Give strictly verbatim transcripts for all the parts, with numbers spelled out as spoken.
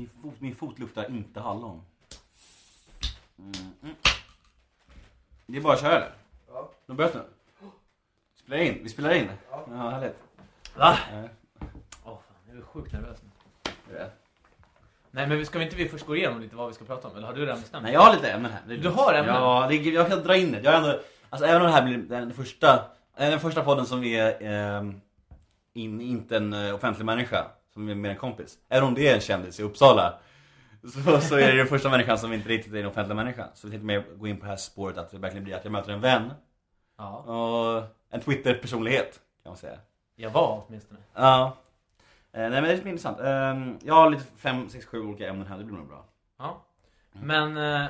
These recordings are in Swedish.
min fot, min fot luktar inte hallon. Mm, mm. Det är bara att köra eller? Ja. Nu börjar nu. Spelar in, vi spelar in. Ja, ja härligt. Va? Nej. Åh, oh, fan, jag är sjukt nervös nu. Ja. Nej, men ska vi inte vi först gå igenom lite vad vi ska prata om? Eller har du redan bestämt? Nej, jag har lite ämnen här. Du har ämnen? Ja, det, jag kan dra in det. Jag är ändå, alltså även om det här blir den första, den första podden som är eh, in, inte en offentlig människa, som är mer en kompis. Även om det är en kändis i Uppsala, så, så är det den första människan som inte riktigt är en offentlig människa. Så vi tänkte mer gå in på det här spåret att det verkligen blir att jag möter en vän. Ja. Och en Twitter-personlighet, kan man säga. Jag var åtminstone. Ja. Eh, nej men det är lite intressant. Eh, jag har lite fem, sex, sju olika ämnen här, det blir nog bra. Ja. Men eh,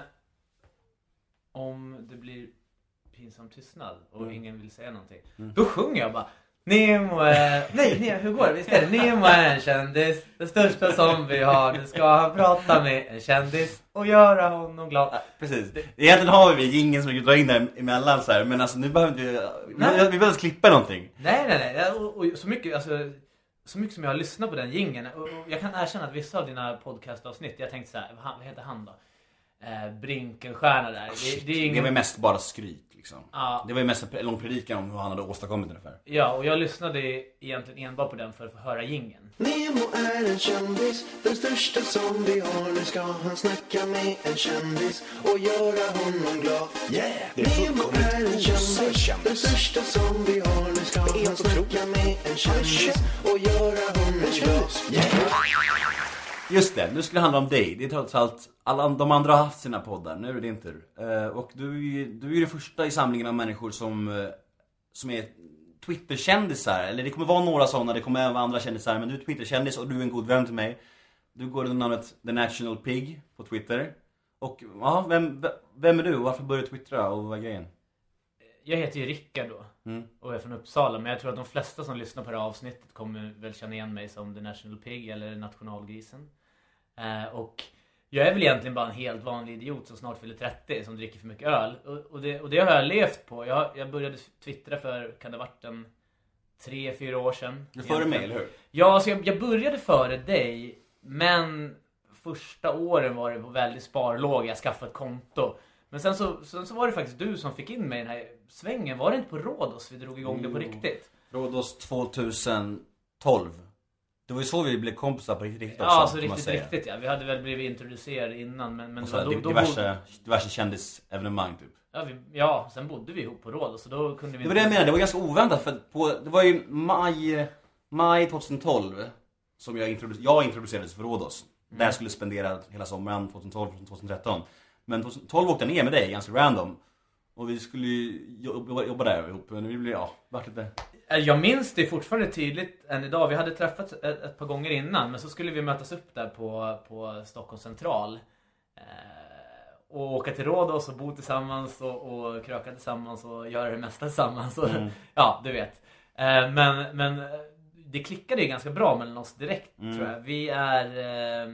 om det blir pinsam tystnad och Mm. ingen vill säga någonting, Mm. då sjunger jag bara Nemo är... Nej, nej, hur går det? Visst är det? Nemo är en kändis, det största som vi har. Nu ska han prata med en kändis och göra honom glad. Ja, precis. Egentligen har vi ingen som vi kan dra in där emellan så här, men alltså nu behöver vi vi, vi behöver klippa någonting. Nej, nej, nej. Och, och så mycket, alltså, så mycket som jag har lyssnat på den jingeln, och, och jag kan erkänna att vissa av dina podcastavsnitt, jag tänkte så här, vad, vad heter han då? Eh, Brinkenstjärna där. Det, det är ingen... Det var mest bara skryt liksom. Ja. Det var ju mest en lång predikan om hur han hade åstadkommit ungefär. Ja, och jag lyssnade egentligen enbart på den för att få höra jingeln. Nemo är en kändis, den största som vi har. Nu ska han snacka med en kändis och göra honom glad. Yeah! Det är Nemo är en kändis, den största som vi har. Nu ska han snacka med en kändis och göra honom glad. Yeah! Just det, nu skulle det handla om dig. Det är trots allt, alla de andra har haft sina poddar. Nu är det din tur. Uh, och du, du är ju det första i samlingen av människor som, uh, som är Twitter-kändisar. Eller det kommer vara några sådana, det kommer även vara andra kändisar. Men du är Twitter-kändis och du är en god vän till mig. Du går under namnet The National Pig på Twitter. Och ja, vem, vem är du och varför började du twittra och vad är grejen? Jag heter ju Rickard då, Mm. och är från Uppsala. Men jag tror att de flesta som lyssnar på det här avsnittet kommer väl känna igen mig som The National Pig eller Nationalgrisen. Eh, och jag är väl egentligen bara en helt vanlig idiot som snart fyller trettio, som dricker för mycket öl. Och, och, det, och det har jag levt på. Jag, jag började twittra för, kan det ha varit en tre, fyra år sedan. Du före mig, eller hur? Ja, alltså jag, jag började före dig, men första åren var det på väldigt sparlåg. Jag skaffade ett konto. Men sen så, sen så var det faktiskt du som fick in mig i den här svängen. Var det inte på Rhodos vi drog igång det på riktigt? Rhodos tjugotolv. Det var ju så vi blev kompisar på riktigt också. Ja, alltså kan man riktigt, säga. riktigt ja. Vi hade väl blivit introducerade innan. Men, men Och så då, då, diverse, diverse kändisevenemang typ. ja, vi, ja, sen bodde vi ihop på Rhodos. Så då kunde vi Det var det jag menade, det var ganska oväntat. För på, det var ju maj, maj tjugotolv som jag, introducer, jag introducerades för Rhodos. Mm. Där jag skulle spendera hela sommaren tjugotolv till tjugotretton. Men tjugotolv åkte jag ner med dig, ganska random. Och vi skulle ju jobba, jobba där ihop. Men vi blev, ja, vart lite... Jag minns det fortfarande tydligt än idag. Vi hade träffats ett, ett par gånger innan. Men så skulle vi mötas upp där på, på Stockholms central. Eh, och åka till Rhodos och bo tillsammans. Och, och kröka tillsammans och göra det mesta tillsammans. Och, mm. Ja, du vet. Eh, men, men det klickade ju ganska bra mellan oss direkt, mm. tror jag. Vi är... Eh,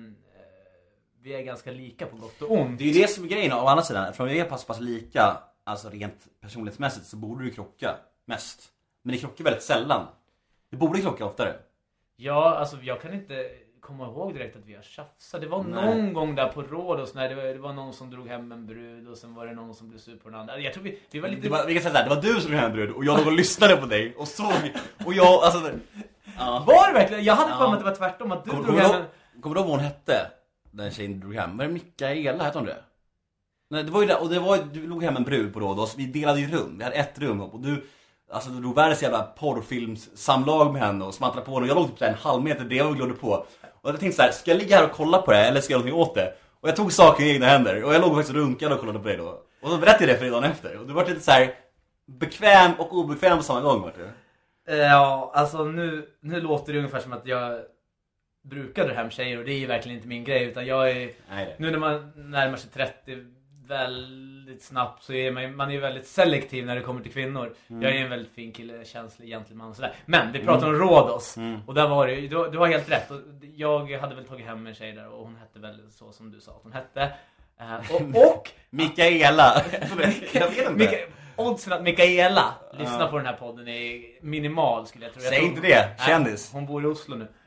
vi är ganska lika på gott och ont. Det är ju det som är grejen. Å andra sidan, eftersom vi är pass, pass lika, alltså rent personlighetsmässigt, så borde du krocka mest. Men det krockar väldigt sällan. Det borde krocka oftare. Ja, alltså jag kan inte komma ihåg direkt att vi har tjafsat. Det var Nej. någon gång där på Rhodos när det var, det var någon som drog hem en brud och sen var det någon som blev sur på den andra. Jag tror vi, vi var lite... Det var, vi kan säga så här, det var du som drog hem en brud och jag låg och lyssnade på dig och såg. Och jag, alltså... Ja. Var det verkligen? Jag hade för ja. mig att det var tvärtom, att du Kom, drog hem en... Kommer du ihåg vad hon hette? Den tjejen drog hem. Var det Mikaela, hette hon det? Nej, det var ju det. Och det var du låg hem en brud på Rhodos. Vi delade ju rum. Vi hade ett rum och du... Alltså du drog världens jävla porrfilmssamlag med henne och smattrade på henne. Och jag låg typ en halv meter det och glodde på. Och jag tänkte så här, ska jag ligga här och kolla på det här eller ska jag göra någonting åt det? Och jag tog saken i egna händer. Och jag låg faktiskt och runkade och kollade på dig då. Och så berättade jag det för dig dagen efter. Och du var lite så här bekväm och obekväm på samma gång, var du? Ja, alltså nu, nu låter det ungefär som att jag brukade hem tjejer. Och det är ju verkligen inte min grej. Utan jag är, Nej, nu när man närmar sig trettio väldigt snabbt så är man, man är väldigt selektiv när det kommer till kvinnor. Mm. Jag är en väldigt fin kille, känslig, gentleman och sådär. Men vi pratar mm. om Rhodos. Mm. Och där var det, du, du har helt rätt. Och jag hade väl tagit hem en tjej där och hon hette väl så som du sa att hon hette. Uh, och, och Mikaela. Jag vet inte. Mika, oddsen att Mikaela lyssnar uh. på den här podden är minimal, skulle jag tro. Jag Säg tror, inte det, kändis. Äh, hon bor i Oslo nu.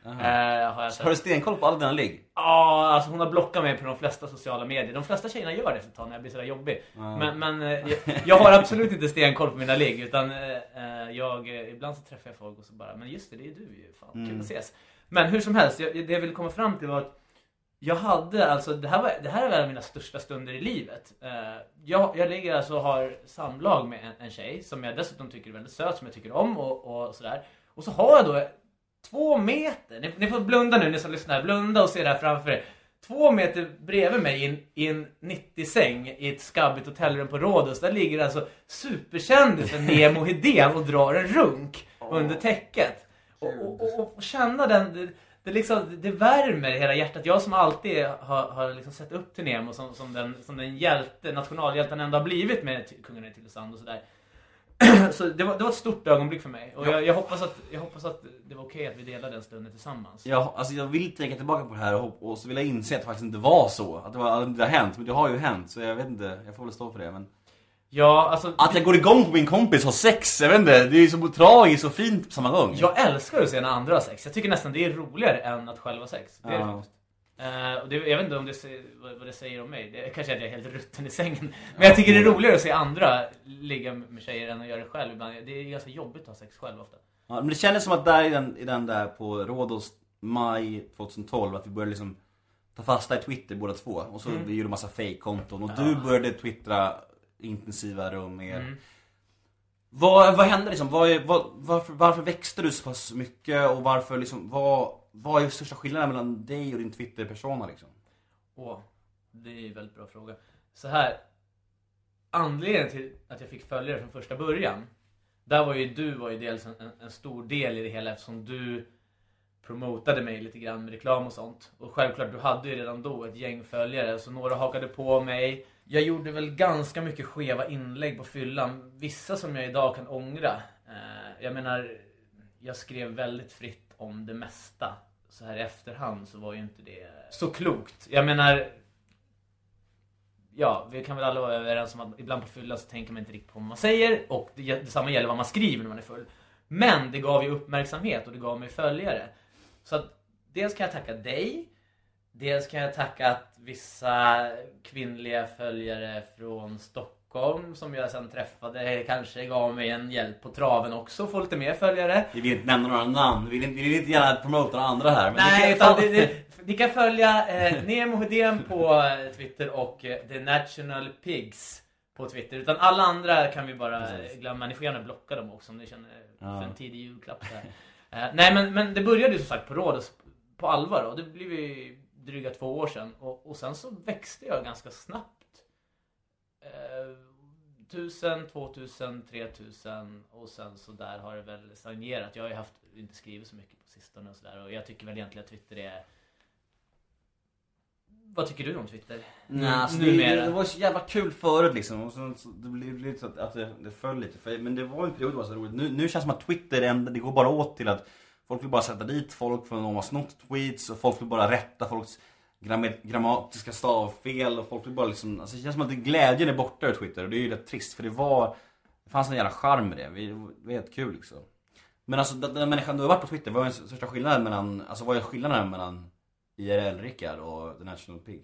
Uh, har, jag har du stenkoll på alla dina ligg? Ja, alltså hon har blockat mig på de flesta sociala medier. De flesta tjejerna gör det efter ett tag när jag blir sådär jobbig. Mm. Men, men jag, jag har absolut inte stenkoll på mina ligg. Utan uh, jag, ibland så träffar jag folk och så bara, men just det, det är du ju. Fan, mm. kul att ses. Men hur som helst, jag, det jag ville komma fram till var att jag hade, alltså det här, var, det här är väl mina största stunder i livet. Uh, jag, jag ligger alltså och har samlag med en, en tjej som jag dessutom tycker är väldigt söt, som jag tycker om och, och sådär. Och så har jag då två meter, ni, ni får blunda nu, ni som lyssnar, blunda och se det här framför er. Två meter bredvid mig i en, i en nittio-säng i ett skabbigt hotellrum på Rhodos. Där ligger alltså superkändisen Nemo Hedén och drar en runk oh. under täcket. Och, och, och, och känna den, det, det, liksom, det värmer hela hjärtat. Jag som alltid har, har liksom sett upp till Nemo som, som, den, som den hjälte, nationalhjälten ändå har blivit med t- Kungen i Tylösand och sådär. Så det var, det var ett stort ögonblick för mig. Och jag, jag, hoppas, att, jag hoppas att det var okej att vi delade den stunden tillsammans. Ja, alltså jag vill tänka tillbaka på det här och, och så vill jag inse att det faktiskt inte var så. Att det, var, att det har hänt, men det har ju hänt. Så jag vet inte, jag får väl stå för det. Men... Ja, alltså... Att jag går igång på min kompis har sex, jag vet inte. Det är ju så tragiskt och fint på samma gång. Jag älskar att se när andra har sex. Jag tycker nästan det är roligare än att själv ha sex. Det är ja. det faktiskt. Uh, och det, jag vet inte om det säger, vad, vad det säger om mig. Det är kanske att jag är helt rutten i sängen. Men jag tycker det är roligare att se andra ligga med tjejer än att göra det själv ibland. Det är ganska jobbigt att ha sex själv ofta. Ja, men det kändes som att där i den, i den där på Rhodos maj tjugohundratolv att vi började liksom ta fasta i Twitter båda två. Och så mm. vi gjorde massa fake-konton. Och ja. du började twittra intensivare och mer. Mm. Vad, vad hände liksom? Vad, vad, varför, varför växte du så pass mycket? Och varför liksom, vad, vad är största skillnaden mellan dig och din Twitter-persona liksom? Åh, det är en väldigt bra fråga. Så här, anledningen till att jag fick följare från första början, där var ju du var ju dels en, en stor del i det hela, eftersom du promotade mig lite grann med reklam och sånt. Och självklart, du hade ju redan då ett gäng följare, så några hakade på mig. Jag gjorde väl ganska mycket skeva inlägg på fyllan. Vissa som jag idag kan ångra. Eh, jag menar, jag skrev väldigt fritt om det mesta. Så här i efterhand så var ju inte det så klokt. Jag menar, ja, vi kan väl alla vara överens om att ibland på fyllan så tänker man inte riktigt på vad man säger. Och det, detsamma gäller vad man skriver när man är full. Men det gav ju uppmärksamhet och det gav mig följare. Så att dels kan jag tacka dig. Dels kan jag tacka att vissa kvinnliga följare från Stockholm som jag sen träffade kanske gav mig en hjälp på traven också, få lite mer följare. Vi vill inte nämna några namn, vi vill inte, vi vill inte gärna promota andra här. Men nej, utan det, det, ni kan följa eh, Nemo Hedén på Twitter och eh, The National Pigs på Twitter. Utan alla andra kan vi bara Precis. glömma. Ni får gärna blocka dem också om ni känner ja. för en tidig julklapp. eh, nej, men, men det började ju som sagt på Rhodos på allvar och det blev ju dryga två år sedan. Och, och sen så växte jag ganska snabbt. Eh, tusen, tvåtusen, tretusen och sen så där har det väl stagnerat. Jag har ju haft, inte skrivit så mycket på sistone och sådär. Och jag tycker väl egentligen att Twitter är... Vad tycker du om Twitter? Nej, alltså det, det var så jävla kul förut liksom. Och så, så det blev lite så att, att det, det föll lite. För, men det var en period det var så roligt. Nu, nu känns det som att Twitter ändå, det går bara åt till att folk vill bara sätta dit folk för att de har snott tweets. Och folk vill bara rätta folks gram- grammatiska stavfel. Och folk vill bara liksom... Alltså det känns som att det, glädjen är borta ur Twitter. Och det är ju rätt trist. För det var... Det fanns en jävla charm med det. Det var helt kul liksom. Men alltså den, den människan du har varit på Twitter. Vad är den största skillnaden mellan... Alltså vad är skillnaden mellan I R L-Rickard och The National Pig?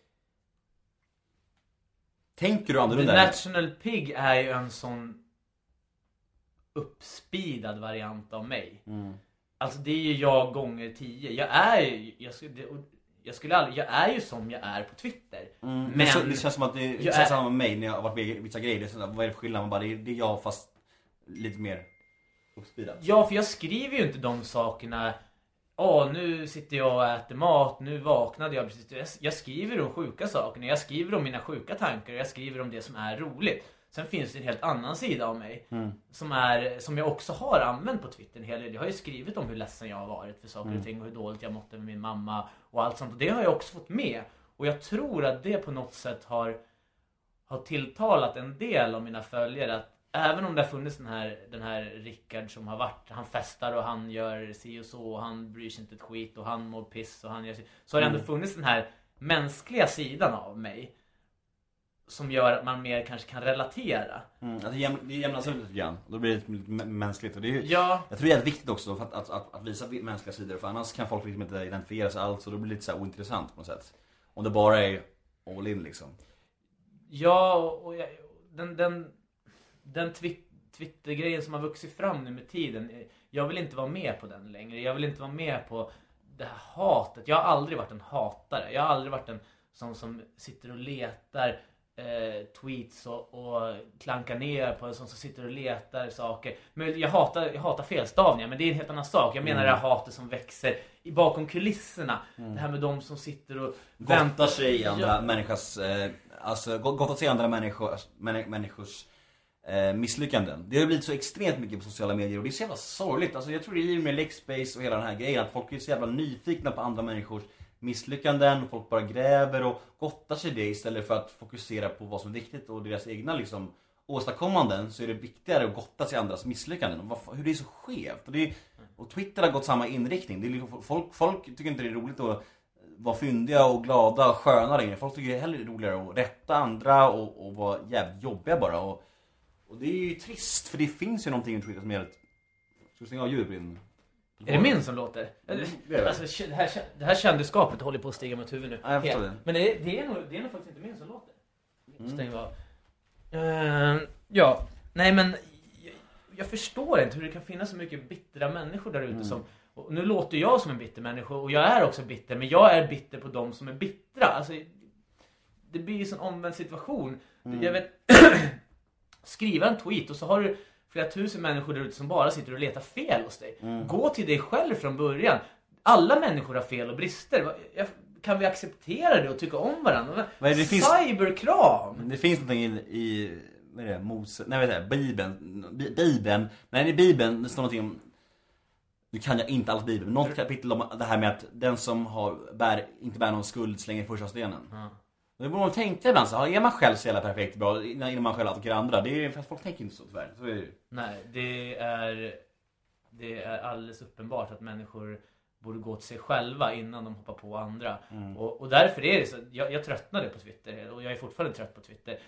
Tänker du annorlunda? The National Pig är ju en sån uppspeedad variant av mig. Mm. Alltså det är ju jag gånger tio. Jag är ju, jag skulle, jag skulle aldrig, jag är ju som jag är på Twitter. Mm. Men det, så, det känns som att det är samma med mig när jag har varit med vissa grejer. Det är sådär, vad är det för skillnad? Man bara, det, är, det är jag fast lite mer uppspeedad. Ja, för jag skriver ju inte de sakerna. Åh, nu sitter jag och äter mat, nu vaknade jag precis. Jag skriver om sjuka saker, jag skriver om mina sjuka tankar, jag skriver om det som är roligt. Sen finns det en helt annan sida av mig mm. som, är, som jag också har använt på Twitter en hel del. Jag har ju skrivit om hur ledsen jag har varit för saker mm. och ting och hur dåligt jag måtte med min mamma och allt sånt. Och det har jag också fått med. Och jag tror att det på något sätt har, har tilltalat en del av mina följare att även om det har funnits den här, den här Rickard som har varit, han festar och han gör si och så och han bryr sig inte ett skit och han mår piss och han gör si, så har det ändå funnits den här mänskliga sidan av mig som gör att man mer kanske kan relatera. Mm, alltså det, jäm, det jämnas ut lite grann. Då blir det lite mänskligt. Och det är ju, ja. Jag tror det är viktigt också för att, att, att, att visa mänskliga sidor. För annars kan folk liksom inte identifiera sig alls. Och då blir det lite så här ointressant på något sätt. Om det bara är all in liksom. Ja, och jag, den, den, den twi- Twitter-grejen som har vuxit fram nu med tiden. Jag vill inte vara med på den längre. Jag vill inte vara med på det här hatet. Jag har aldrig varit en hatare. Jag har aldrig varit en sån som sitter och letar eh, tweets och, och klankar ner på en sån som sitter och letar saker. Men jag hatar, jag hatar felstavningar, men det är en helt annan sak. Jag menar mm. det här hatet som växer i bakom kulisserna. Mm. Det här med de som sitter och gottar väntar sig i andra ja. människors eh, alltså gottar sig i andra människors, män, människors eh, misslyckanden. Det har blivit så extremt mycket på sociala medier och det är så jävla sorgligt. Alltså jag tror det är med Lexbase och hela den här grejen att folk är så jävla nyfikna på andra människors misslyckanden, folk bara gräver och gottar sig det istället för att fokusera på vad som är viktigt och deras egna liksom åstadkommanden, så är det viktigare att gotta sig andras misslyckanden och vad, hur det är så skevt. Och, det är, och Twitter har gått samma inriktning. Det är liksom, folk, folk tycker inte det är roligt att vara fyndiga och glada och sköna längre. Folk tycker det är hellre roligare att rätta andra och, och vara jävligt jobbiga bara. Och, och det är ju trist, för det finns ju någonting i Twitter som är ett... Ska vi stänga av ljudet på din... Är det min som låter? Mm, det, alltså, det, här, det här kändisskapet håller på att stiga mot huvudet nu. Ja, jag förstår det. Men det är, det, är nog, det är nog faktiskt inte min som låter. Mm. Stäng av. Uh, ja, nej men jag, jag förstår inte hur det kan finnas så mycket bittra människor där ute mm. som... Och nu låter jag som en bitter människa och jag är också bitter, men jag är bitter på de som är bittra. Alltså, det blir ju en sån omvänd situation. Mm. Jag vet, skriva en tweet och så har du flera tusen människor där ute som bara sitter och letar fel hos dig. Mm. Gå till dig själv från början. Alla människor har fel och brister. Kan vi acceptera det och tycka om varandra? Det finns, cyberkram! Det finns någonting i, i vad är det, Mose, nej, vad är det, Bibeln, Bibeln, nej, i Bibeln det står någonting om, nu kan jag inte alls Bibeln, men något kapitel om det här med att den som har, bär, inte bär någon skuld slänger första stenen. Mm. Det borde man tänka ibland, så här, är man själv så jävla perfekt bra innan man själv attackerar andra? Det är för att folk tänker inte så tyvärr. Så är det. Nej, det är, det är alldeles uppenbart att människor borde gå till sig själva innan de hoppar på andra. Mm. Och, och därför är det så, jag, jag tröttnade på Twitter och jag är fortfarande trött på Twitter.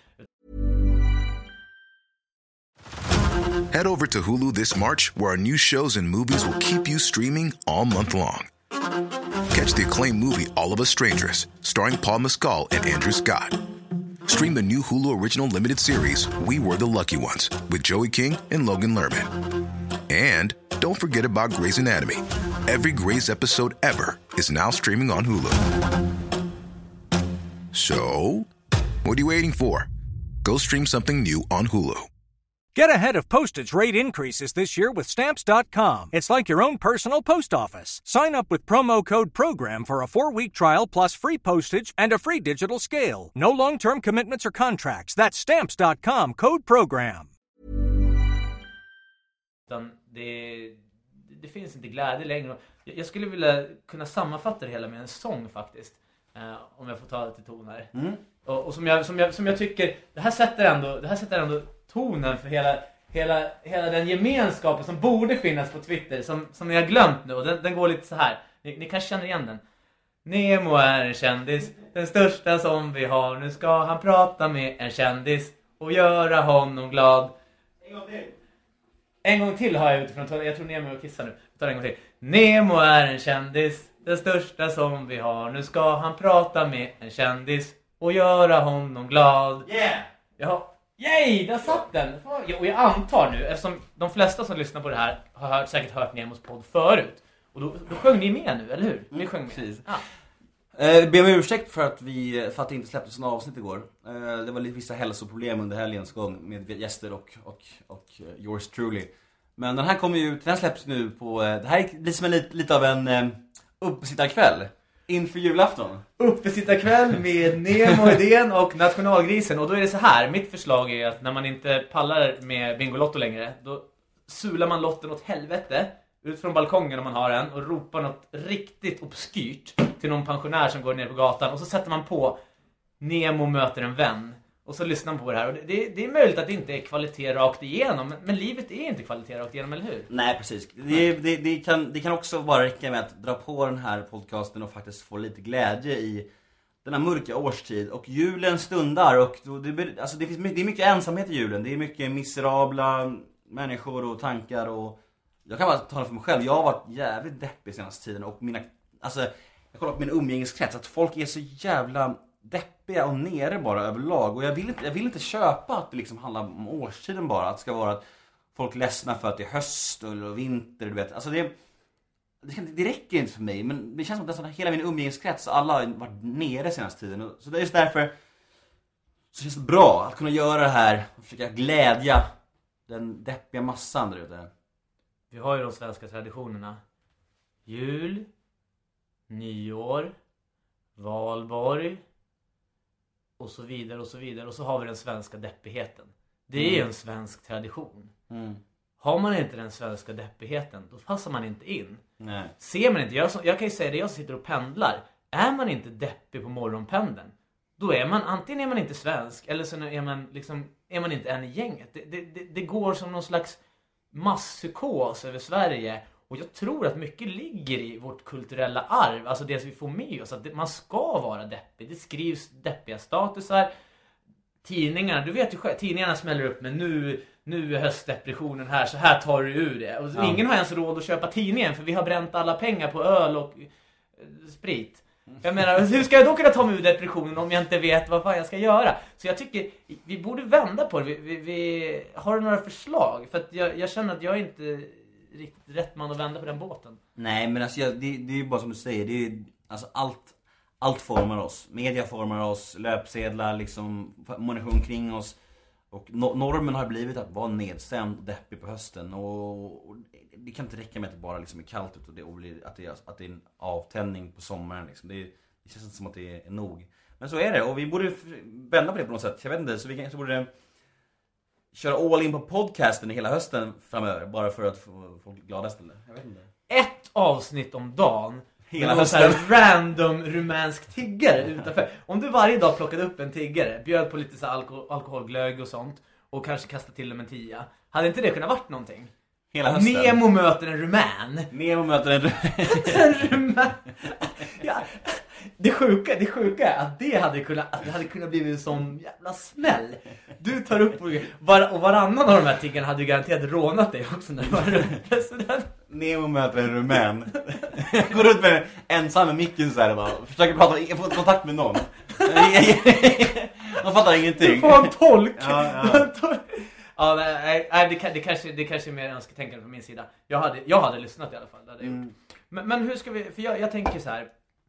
Head over to Hulu this March, where our new shows and movies will keep you streaming all month long. Catch the acclaimed movie All of Us Strangers, starring Paul Mescal and Andrew Scott. Stream the new Hulu original limited series We Were the Lucky Ones with Joey King and Logan Lerman. And don't forget about Grey's Anatomy. Every Grey's episode ever is now streaming on Hulu. So, what are you waiting for? Go stream something new on Hulu. Get ahead of postage rate increases this year with Stamps dot com. It's like your own personal post office. Sign up with promo code PROGRAM for a four-week trial plus free postage and a free digital scale. No long-term commitments or contracts. That's Stamps dot com, code PROGRAM. Det, det finns inte glädje längre. Jag skulle vilja kunna sammanfatta det hela med en sång faktiskt. Uh, om jag får ta det till ton här. Mm. Och, och som, jag, som, jag, som jag tycker, det här sätter ändå, det här sätter ändå tonen för hela, hela, hela den gemenskapen som borde finnas på Twitter, som, som ni har glömt nu. Och den, den går lite så här. Ni, ni kanske känner igen den. Nemo är en kändis, den största som vi har. Nu ska han prata med en kändis och göra honom glad. En gång till. En gång till har jag utifrån. Jag tror Nemo och kissar nu. Jag tar en gång till. Nemo är en kändis, den största som vi har. Nu ska han prata med en kändis och göra honom glad. Yeah! Jaha. Yay, där satt den! Och jag antar nu, eftersom de flesta som lyssnar på det här har hört, säkert hört Nemos podd förut. Och då, då sjöng ni med nu, eller hur? Vi sjöng med. Precis. Ah. Eh, ber mig ursäkt för att vi för att det inte släpptes någon avsnitt igår. Eh, det var lite vissa hälsoproblem under helgens gång med gäster och, och, och uh, yours truly. Men den här kommer ju ut, den släpps nu på, uh, det här blir som en, lite, lite av en uh, uppesittarkväll inför julafton. Uppesittarkväll med Nemo, Idén och Nationalgrisen. Och då är det så här, mitt förslag är att när man inte pallar med Bingolotto längre, då sular man lotten åt helvete ut från balkongen om man har en och ropar något riktigt obskyrt till någon pensionär som går ner på gatan. Och så sätter man på Nemo möter en vän. Och så lyssnar man på det här. Och det, det, det är möjligt att det inte är kvalitet rakt igenom. Men, men livet är inte kvalitet rakt igenom, eller hur? Nej, precis. Det, det, det, kan, det kan också bara räcka med att dra på den här podcasten och faktiskt få lite glädje i denna mörka årstid. Och julen stundar. Och då, det, alltså det, finns mycket, det är mycket ensamhet i julen. Det är mycket miserabla människor och tankar. Och jag kan bara tala för mig själv. Jag har varit jävligt deppig senaste tiden. Och mina, alltså, jag kollar på min umgängeskrets. Att folk är så jävla deppiga och nere bara överlag. Och jag vill inte, jag vill inte köpa att det liksom handlar om årstiden bara. Att det ska vara att folk ledsnar för att det är höst eller vinter. Du vet. Alltså det, det, det räcker inte för mig. Men det känns som att nästan hela min umgängeskrets, alla har varit nere senaste tiden. Så det är just därför så känns det bra att kunna göra det här. Och försöka glädja den deppiga massan där ute. Vi har ju de svenska traditionerna. Jul, nyår, valborg och så vidare och så vidare. Och så har vi den svenska deppigheten. Det är mm. en svensk tradition. Mm. Har man inte den svenska deppigheten, då passar man inte in. Nej. Ser man inte, jag, jag kan ju säga det, jag sitter och pendlar. Är man inte deppig på morgonpendeln, då är man, antingen är man inte svensk, eller så är man, liksom, är man inte en i gänget. Det, det, det, det går som någon slags masspsykos över Sverige. Och jag tror att mycket ligger i vårt kulturella arv. Alltså det som vi får med oss. Att det, man ska vara deppig. Det skrivs deppiga statusar. Tidningarna, du vet ju själv, tidningarna smäller upp med nu, nu är höstdepressionen här. Så här tar du ur det. Och ja. Ingen har ens råd att köpa tidningen. För vi har bränt alla pengar på öl och eh, sprit. Jag menar, hur ska jag då kunna ta mig ur depressionen om jag inte vet vad fan jag ska göra? Så jag tycker, vi borde vända på det. Vi, vi, vi har du några förslag? För att jag, jag känner att jag inte riktigt rätt man att vända på den båten. Nej, men alltså jag, det, det är ju bara som du säger. Det är, alltså allt, allt formar oss. Media formar oss, löpsedlar, liksom, människor omkring oss. Och no, normen har blivit att vara nedstämd och deppig på hösten. Och, och det kan inte räcka med att det bara liksom är kallt ut och, det, och blir, att, det är, att det är en avtändning på sommaren. Liksom. Det, det känns inte som att det är nog. Men så är det, och vi borde vända på det på något sätt. Jag vet inte, så vi kanske borde köra all in på podcasten hela hösten framöver. Bara för att få folk glada istället. Jag vet inte. Ett avsnitt om dagen. Hela hösten. Random rumänsk tiggare utanför. Om du varje dag plockade upp en tiggare, bjöd på lite så alko- alkoholglögg och sånt, och kanske kastade till dem en tia. Hade inte det kunnat varit någonting? Hela hösten. Nemo möter en rumän. Nemo möter en rumän. En rumän. Ja. Det sjuka, det sjuka är att det hade kunnat, att det hade kunnat bli en sån jävla smäll. Du tar upp och, var, och varannan av de här tiggarna hade ju garanterat rånat dig också när du var president. Nemo möter en rumän. Går ut med ensam med micken så här bara. Försöker prata, få kontakt med någon. De fattar ingenting. Du får en tolk. Ja, ja. Ja, nej, nej, det, det, kanske, det kanske är mer önsketänkande på min sida. Jag hade, jag hade lyssnat i alla fall. Det hade jag mm. gjort. Men, men hur ska vi, för jag, jag tänker så här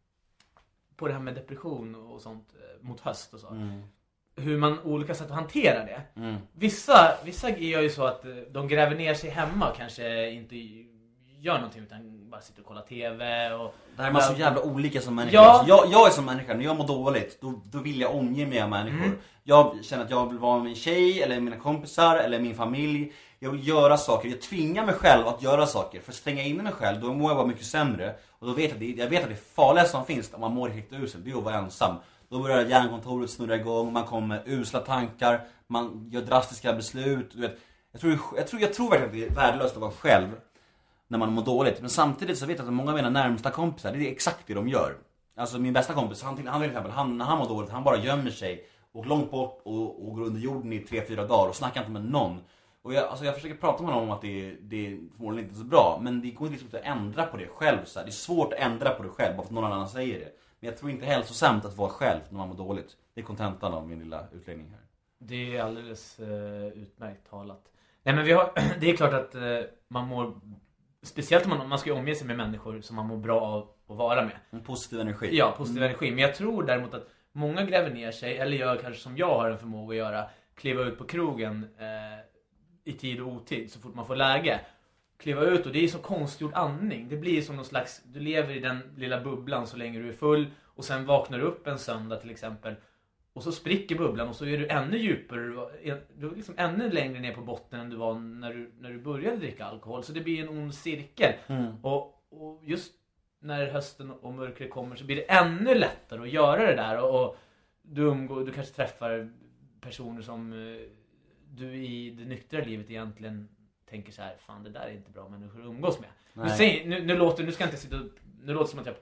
på det här med depression och sånt mot höst och så. Mm. Hur man olika sätt att hantera det. Mm. Vissa, vissa gör ju så att de gräver ner sig hemma och kanske inte gör någonting utan bara sitter och kollar tv. Och det här är man så jävla olika som människa. Ja. Alltså, jag, jag är som människa, när jag mår dåligt, då, då vill jag omge mig av människor. Mm. Jag känner att jag vill vara med min tjej, eller mina kompisar, eller min familj. Jag vill göra saker, jag tvingar mig själv att göra saker. För att stänga in mig själv, då mår jag bara mycket sämre. Och då vet jag, att det, jag vet att det farligaste som finns om man mår helt uselt, det är att vara ensam. Då börjar hjärnkontoret snurra igång, man kommer med usla tankar, man gör drastiska beslut. Du vet. Jag, tror, jag, tror, jag tror verkligen att det är värdelöst att vara själv när man mår dåligt. Men samtidigt så vet jag att många av mina närmsta kompisar, det är exakt det de gör. Alltså min bästa kompis, han, han till exempel, han, när han mår dåligt, han bara gömmer sig och långt bort och, och går under jorden i tre, fyra dagar och snackar inte med någon. Och jag, alltså jag försöker prata med honom om att det, det är förmodligen inte så bra. Men det går inte liksom att ändra på det själv. Så här. Det är svårt att ändra på det själv bara för att någon annan säger det. Men jag tror inte hälsosamt att vara själv när man mår dåligt. Det är kontentan av min lilla utläggning här. Det är alldeles uh, utmärkt talat. Nej, men vi har, det är klart att uh, man mår, speciellt om man, man ska omge sig med människor som man mår bra av att vara med. En positiv energi. Ja, positiv mm. energi. Men jag tror däremot att många gräver ner sig, eller gör kanske som jag har en förmåga att göra, kliva ut på krogen uh, i tid och otid så fort man får läge. Kliva ut, och det är så konstgjord andning. Det blir som någon slags, du lever i den lilla bubblan så länge du är full, och sen vaknar du upp en söndag till exempel, och så spricker bubblan och så är du ännu djupare, du är liksom ännu längre ner på botten än du var när du, när du började dricka alkohol. Så det blir en ond cirkel. Mm. Och, och just när hösten och mörkret kommer så blir det ännu lättare att göra det där, och, och du, umgår, du kanske träffar personer som du i det nyktra livet egentligen tänker så här, fan det där är inte bra människor att umgås med. Nu, säger, nu, nu låter nu ska jag inte sitta nu låter det som att jag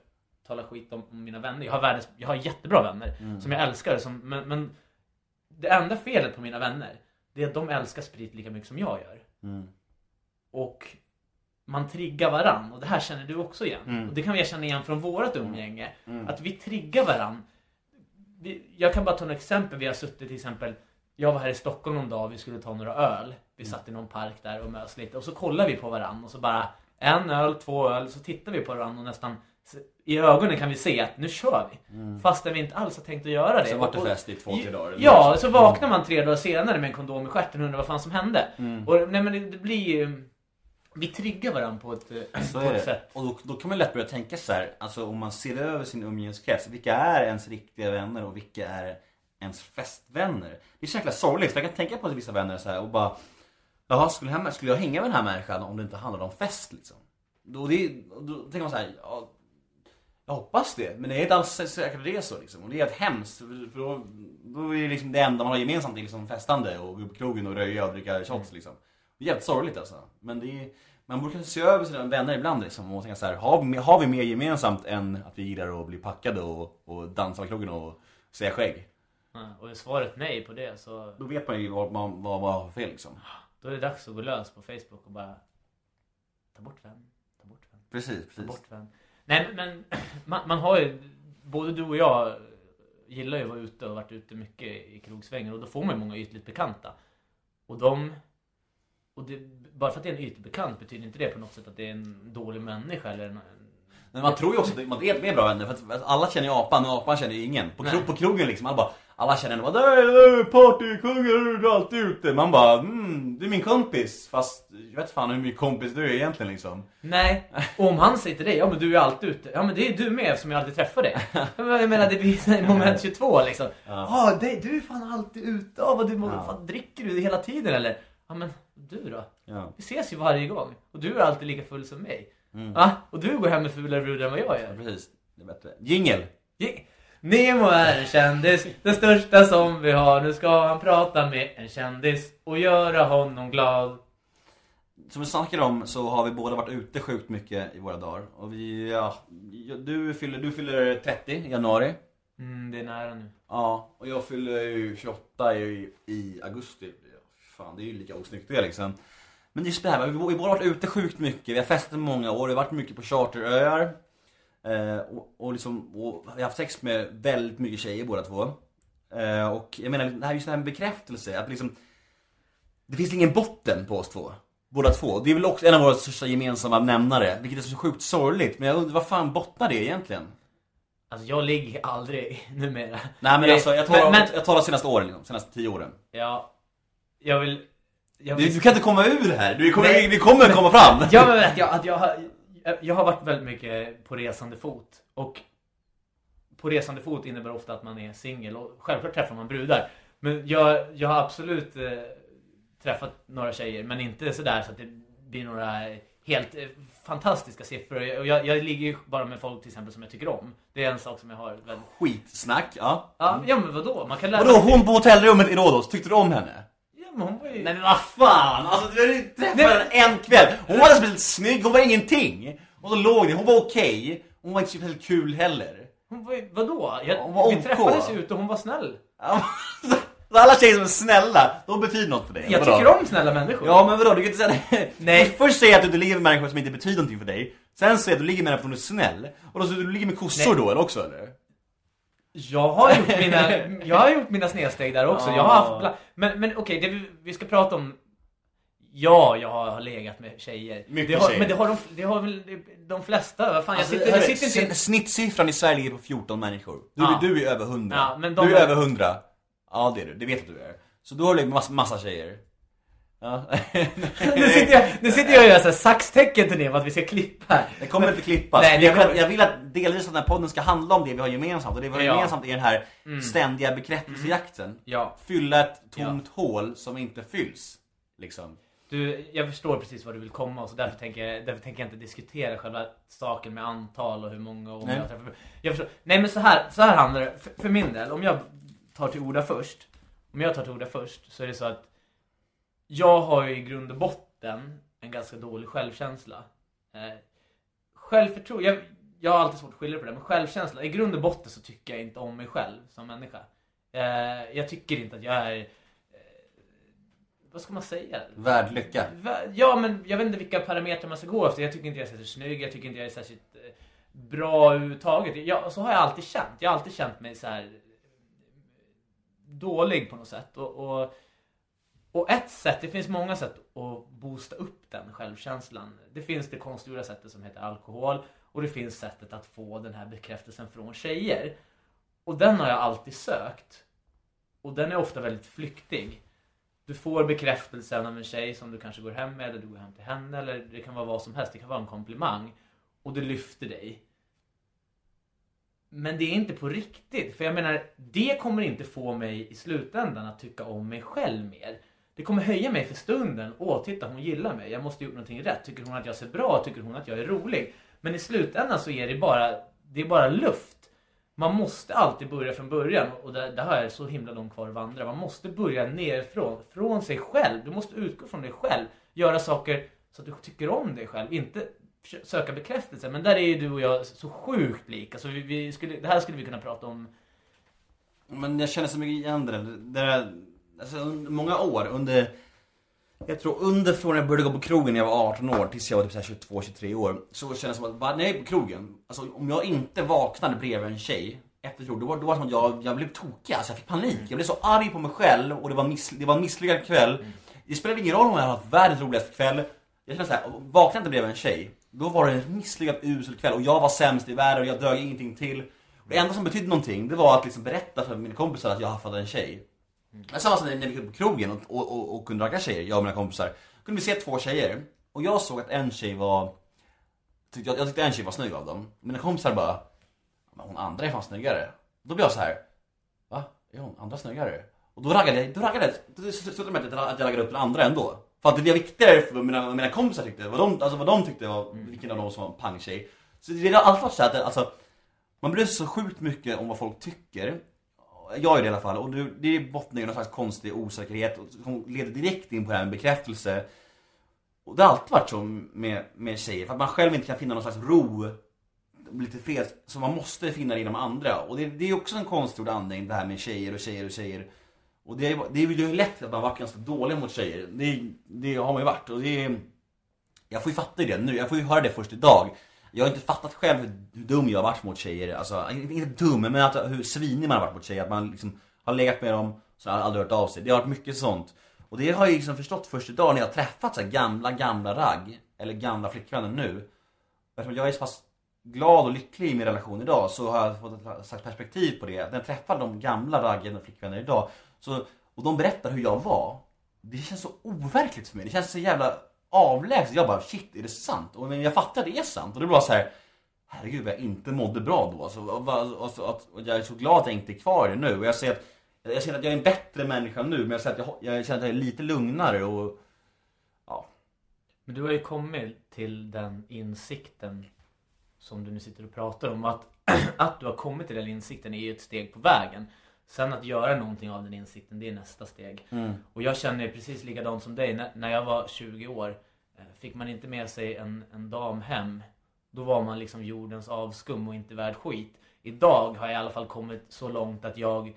tala skit om, om mina vänner. Jag har, världens, jag har jättebra vänner mm. som jag älskar. Som, men, men det enda felet på mina vänner, det är att de älskar sprit lika mycket som jag gör. Mm. Och man triggar varann. Och det här känner du också igen. Mm. Och det kan vi känna igen från vårat umgänge. Mm. Att vi triggar varann. Vi, jag kan bara ta ett exempel. Vi har suttit till exempel... Jag var här i Stockholm någon dag och vi skulle ta några öl. Vi satt i någon park där och mös lite. Och så kollar vi på varann och så bara en öl, två öl. Så tittar vi på varann och nästan i ögonen kan vi se att nu kör vi. Mm. Fastän vi inte alls har tänkt att göra det. Så vart det fest i två, tre dagar. Ja, så vaknar man tre dagar senare med en kondom i stjärten och undrar vad fan som hände. Mm. Och nej, men det, det blir ju... Vi triggar varandra på ett, så på ett sätt. Och då, då kan man lätt börja tänka så här. Alltså om man ser över sin umgängeskrets. Vilka är ens riktiga vänner och vilka är ens festvänner? Det är så jäkla sorgligt. För jag kan tänka på vissa vänner så här och bara... Jaha, skulle jag, skulle jag hänga med den här människan om det inte handlade om fest liksom? Då, det, då tänker man så här... Ja, jag hoppas det. Men det är inte alls säkert det är så liksom. Och det är helt hemskt. För då, då är det liksom det enda man har gemensamt är liksom festande. Och gå på krogen och röja och dricka shots liksom. Det är jävligt sorgligt alltså. Men det är, man borde se över sina vänner ibland liksom. Och tänka så här, har vi, har vi mer gemensamt än att vi gillar att bli packade och, och dansa på krogen och säga skägg? Ja, och är svaret nej på det så... Då vet man ju vad man vad, vad har fel liksom. Då är det dags att gå lös på Facebook och bara... Ta bort vän. Ta bort vän. Precis, precis. Ta bort vän. Nej men man, man har ju... Både du och jag gillar ju att vara ute och varit ute mycket i krogsvängen. Och då får man ju många ytligt bekanta. Och de... Och det, bara för att det är en ytlig bekant betyder inte det på något sätt att det är en dålig människa eller en... Men man tror ju också att man vet mer bra vänner. För att alla känner ju apan och apan känner ju ingen. På, krog, på krogen liksom, alla bara... Alla känner ändå bara, där partykungen, du är alltid ute. Man bara, mm, du är min kompis. Fast jag vet fan hur mycket kompis du är egentligen liksom. Nej, och om han säger till dig, ja men du är alltid ute. Ja men det är du med som jag alltid träffar dig. Jag menar, det blir moment tjugotvå liksom. Ja, ah, det, du är fan alltid ute. Ah, vad du, ja. Fan, dricker du det hela tiden eller? Ja men du då? Ja. Vi ses ju varje gång. Och du är alltid lika full som mig. Mm. Ah, och du går hem med fulare brudar än vad jag gör. Ja, precis, det är bättre. Jingle! Jing- Nemo är en kändis, den största som vi har. Nu ska han prata med en kändis och göra honom glad. Som vi snackade om så har vi båda varit ute sjukt mycket i våra dagar. Och vi, ja, du fyller, du fyller trettio i januari. Mm, det är nära nu. Ja, och jag fyller ju tjugoåtta i, i augusti. Fan, det är ju lika osnyggt det liksom. Men det är så här, vi har båda varit ute sjukt mycket. Vi har festat i många år, vi har varit mycket på charteröar. Eh, och, och, liksom, och vi har haft sex med väldigt mycket tjejer båda två. eh, Och jag menar, det här är just en bekräftelse att liksom, det finns ingen botten på oss två. Båda två, det är väl också en av våra största gemensamma nämnare. Vilket är så sjukt sorgligt. Men jag undrar, vad fan bottnar det egentligen? Alltså jag ligger aldrig numera. Nej men alltså, jag tar, men, men, jag tar de senaste åren liksom, senaste tio åren. Ja, jag vill, jag vill... Du, du kan inte komma ur det här. Du kommer, nej, det kommer komma fram. Jag vet jag, att jag har Jag har varit väldigt mycket på resande fot. Och på resande fot innebär ofta att man är singel. Och självklart träffar man brudar. Men jag, jag har absolut eh, träffat några tjejer. Men inte sådär så att det blir några helt eh, fantastiska siffror. Och jag, jag ligger ju bara med folk till exempel som jag tycker om. Det är en sak som jag har väldigt... Skitsnack, ja. Ja, ja men vadå? Man kan lära vadå, hon på hotellrummet i Rhodos, tyckte du om henne? Men hon var ju... Nej men vad fan, alltså du hade träffat henne en kväll. Hon var speciellt snygg, hon var ingenting. Och så låg det, hon var okej okay. Hon var inte speciellt kul heller. Hon var ju, vadå? Jag, hon var vi träffades ut och hon var snäll. Alla tjejer som är snälla, de betyder något för dig. Jag vadå? Tycker om snälla människor. Ja men vadå, du kan inte säga det. Nej. Först säger att du inte ligger med människor som inte betyder någonting för dig. Sen säger att du ligger med människor som är snäll. Och då så du ligger med kossor. Nej. Då eller också eller? Jag har gjort mina jag har gjort mina snedsteg där också. Ah. Jag har haft bla- men men okej, okay, det vi, vi ska prata om. Ja, jag har, har legat med tjejer. Mycket det har, tjejer. Men det har de det har väl de flesta. Vad fan, alltså, jag sitter jag sitter inte snittsiffran i Sverige ligger på fjorton människor. Du, ah. du är över hundra. Ja, men de du är är... över hundra. Ja, det är du. Det vet att du är. Så du har legat med massa, massa tjejer. Ja. nu, sitter jag, nu sitter jag och gör så här saxtecken till det att vi ska klippa här. Det kommer men, inte klippas. Nej, jag, vill kommer... att, jag vill att delvis att den här podden ska handla om det vi har gemensamt. Och det vi har ja. gemensamt är den här mm. ständiga bekräftelsejakten. Mm. Ja. Fylla ett tomt ja. hål som inte fylls. Liksom. Du, jag förstår precis vad du vill komma och så därför tänker jag, därför tänker jag inte diskutera själva saken med antal och hur många och jag träffar. Jag förstår. Nej men så här, så här handlar det för, för min del. Om jag tar till orda först. Om jag tar till orda först så är det så att jag har ju i grund och botten en ganska dålig självkänsla. Eh, självförtroende. Jag, jag har alltid svårt att skilja på det. Men självkänsla, i grund och botten så tycker jag inte om mig själv som människa. Eh, jag tycker inte att jag är... Eh, vad ska man säga? Värd lycka. Ja, men jag vet inte vilka parametrar man ska gå efter. Jag tycker inte jag är särskilt snygg. Jag tycker inte jag är särskilt eh, bra överhuvudtaget. Jag, så har jag alltid känt. Jag har alltid känt mig så här dålig på något sätt. Och, och, och ett sätt, det finns många sätt att boosta upp den självkänslan. Det finns det konstgjorda sättet som heter alkohol. Och det finns sättet att få den här bekräftelsen från tjejer. Och den har jag alltid sökt. Och den är ofta väldigt flyktig. Du får bekräftelsen av en tjej som du kanske går hem med. Eller du går hem till henne. Eller det kan vara vad som helst. Det kan vara en komplimang. Och det lyfter dig. Men det är inte på riktigt. För jag menar, det kommer inte få mig i slutändan att tycka om mig själv mer. Det kommer höja mig för stunden. Åh, titta, hon gillar mig. Jag måste gjort någonting rätt. Tycker hon att jag ser bra? Tycker hon att jag är rolig? Men i slutändan så är det bara, det är bara luft. Man måste alltid börja från början. Och det, det här är så himla långt kvar att vandra. Man måste börja nerifrån. Från sig själv. Du måste utgå från dig själv. Göra saker så att du tycker om dig själv. Inte söka bekräftelse. Men där är ju du och jag så sjukt lika. Så vi, vi skulle, det här skulle vi kunna prata om. Men jag känner så mycket igen det. Det är, alltså, under många år. Under... Jag tror under från när jag började gå på krogen när jag var arton år tills jag var typ tjugotvå tjugotre år. Så kändes det som att bara, när jag är på krogen, alltså, om jag inte vaknade bredvid en tjej efter krogen, då var, då var det som att jag, jag blev tokig. Alltså, jag fick panik. Jag blev så arg på mig själv och det var, miss, det var en misslyckad kväll. Mm. Det spelade ingen roll om jag hade haft världens roligaste kväll. Jag kände så här, vaknade inte bredvid en tjej, då var det en misslyckad usel kväll och jag var sämst i världen och jag dög ingenting till. Och det enda som betydde någonting, det var att liksom berätta för mina kompisar att jag haffade en tjej. Mm. Samma som när vi gick på krogen och, och, och, och kunde ragga tjejer, jag och mina kompisar. Kunde vi se två tjejer. Och jag såg att en tjej var... Jag, jag tyckte en tjej var snygg av dem. Mina kompisar bara... Men hon andra är fan snyggare. Då blev jag så här... Va? Är hon andra snyggare? Och då raggade jag... Då raggade jag... Det slutade med att jag raggade upp den andra ändå. För att det var viktigare för mina, mina kompisar tyckte. Vad de, alltså vad de tyckte var... Vilken av dem som var en pangtjej. Så det har alltid varit så att... Alltså, man blir så sjukt mycket om vad folk tycker. Jag är det i alla fall. Och det är bottnar i någon slags konstig osäkerhet som leder direkt in på det här med bekräftelse. Och det har alltid varit så med, med tjejer. För att man själv inte kan finna någon slags ro, lite fred, som man måste finna i de andra. Och det, det är också en konstgjord andning, det här med tjejer och tjejer och tjejer. Och det är, det är ju lätt att man var ganska dålig mot tjejer. Det, det har man ju varit. Och det är, jag får ju fatta det nu. Jag får ju höra det först idag. Jag har inte fattat själv hur, hur dum jag har varit mot tjejer. Alltså, inte dum, men att, hur svinig man har varit mot tjejer. Att man liksom har legat med dem så har aldrig hört av sig. Det har varit mycket sånt. Och det har jag liksom förstått först idag när jag har träffat så här gamla, gamla ragg. Eller gamla flickvänner nu. Eftersom jag är så pass glad och lycklig i min relation idag, så har jag fått ett slags perspektiv på det. När jag träffar de gamla raggen och flickvänner idag, så, och de berättar hur jag var. Det känns så overkligt för mig. Det känns så jävla avlägset. Jag bara, shit, är det sant? Och men jag fattar att det är sant. Och det var så här, herregud, jag inte mådde bra då. Alltså, och, och, och, och jag är så glad att jag inte är kvar i det nu. Och jag ser att jag känner att jag är en bättre människa nu. Men jag, ser att jag, jag känner att jag är lite lugnare. Och ja. Men du har ju kommit till den insikten som du nu sitter och pratar om. Att, att du har kommit till den insikten är ju ett steg på vägen. Sen att göra någonting av den insikten, det är nästa steg. Mm. Och jag känner precis likadant som dig. N- när jag var tjugo år fick man inte med sig en, en dam hem. Då var man liksom jordens avskum och inte värd skit. Idag har jag i alla fall kommit så långt att jag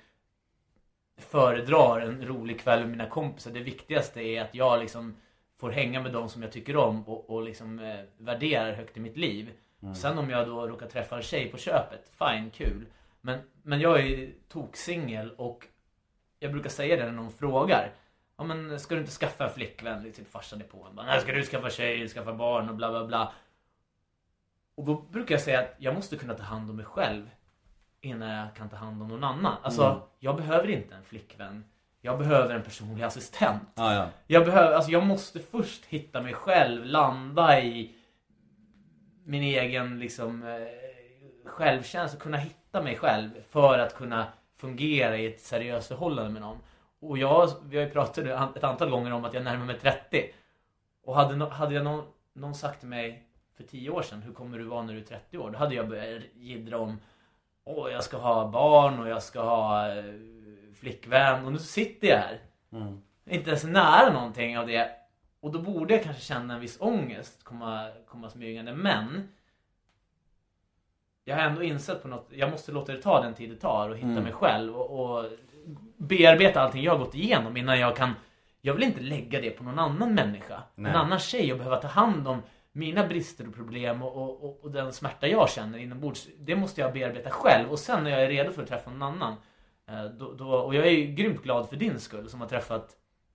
föredrar en rolig kväll med mina kompisar. Det viktigaste är att jag liksom får hänga med dem som jag tycker om och, och liksom eh, värderar högt i mitt liv. Mm. Sen om jag då råkar träffa en tjej på köpet, fine, kul. Men, men jag är toksingel och jag brukar säga det när någon frågar. Ja, men ska du inte skaffa en flickvän? Typ farsan är på en. Nej, ska du skaffa tjej, skaffa barn och bla bla bla. Och då brukar jag säga att jag måste kunna ta hand om mig själv innan jag kan ta hand om någon annan. Alltså, mm. jag behöver inte en flickvän. Jag behöver en personlig assistent. Ah, ja. Jag behöver, alltså jag måste först hitta mig själv, landa i min egen liksom eh, självkänsla, kunna hitta mig själv för att kunna fungera i ett seriöst förhållande med någon. Och jag, vi har ju pratat ett antal gånger om att jag närmar mig trettio. Och hade, no, hade jag någon, någon sagt till mig för tio år sedan, hur kommer du vara när du är trettio år? Då hade jag börjat jiddra om, åh, jag ska ha barn och jag ska ha eh, flickvän. Och nu sitter jag här. Mm. Inte ens nära någonting av det. Och då borde jag kanske känna en viss ångest komma, komma smygande. Men jag har ändå insett på något, jag måste låta det ta den tid det tar och hitta Mm. mig själv och, och bearbeta allting jag har gått igenom innan jag kan, jag vill inte lägga det på någon annan människa, Nej. en annan tjej och behöva ta hand om mina brister och problem och, och, och, och den smärta jag känner inombords. Det måste jag bearbeta själv och sen när jag är redo för att träffa någon annan eh, då, då, och jag är ju grymt glad för din skull som har träffat,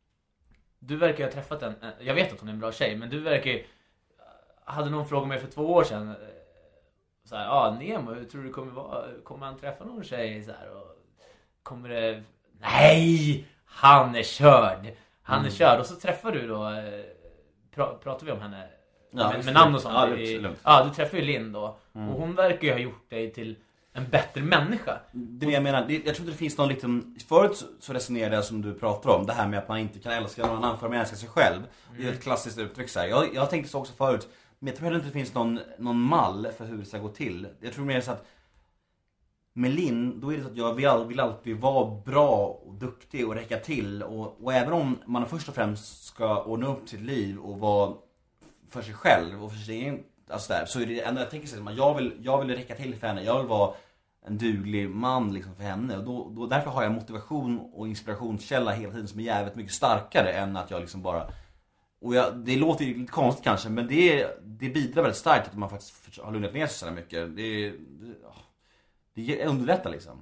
du verkar ha träffat en, jag vet att hon är en bra tjej, men du verkar ju, hade någon frågat mig för två år sedan så här, ja ah, Nemo, hur tror du kommer vara, kommer han träffa någon tjej så här, och kommer det, nej, han är körd, han Mm. är körd, och så träffar du då, pra, pratar vi om henne Ja, med, med namn och sånt, ja, i, absolut. ja, du träffar ju Linn då, Mm. och hon verkar ju ha gjort dig till en bättre människa. Det är det jag menar, det, jag tror inte det finns någon liksom, förut så- så resonerade jag som du pratar om, det här med att man inte kan älska någon annan för att man älskar sig själv. Det är ett klassiskt uttryck så här. Jag, jag tänkte så också förut, men jag tror heller inte det finns någon, någon mall för hur det ska gå till. Jag tror mer så att med Linn, då är det så att jag vill, vill alltid vara bra och duktig och räcka till. Och, och även om man först och främst ska ordna upp sitt liv och vara för sig själv och för sig egen, alltså där, så är det ändå, jag tänker så att jag vill, jag vill räcka till för henne. Jag vill vara en duglig man liksom för henne. Och då, då, därför har jag motivation och inspirationskälla hela tiden som är jävligt mycket starkare än att jag liksom bara... Och jag, det låter ju lite konstigt kanske, men det, det bidrar väldigt starkt att man faktiskt har lugnat ner sig så här mycket. Det, det, det underlättar liksom.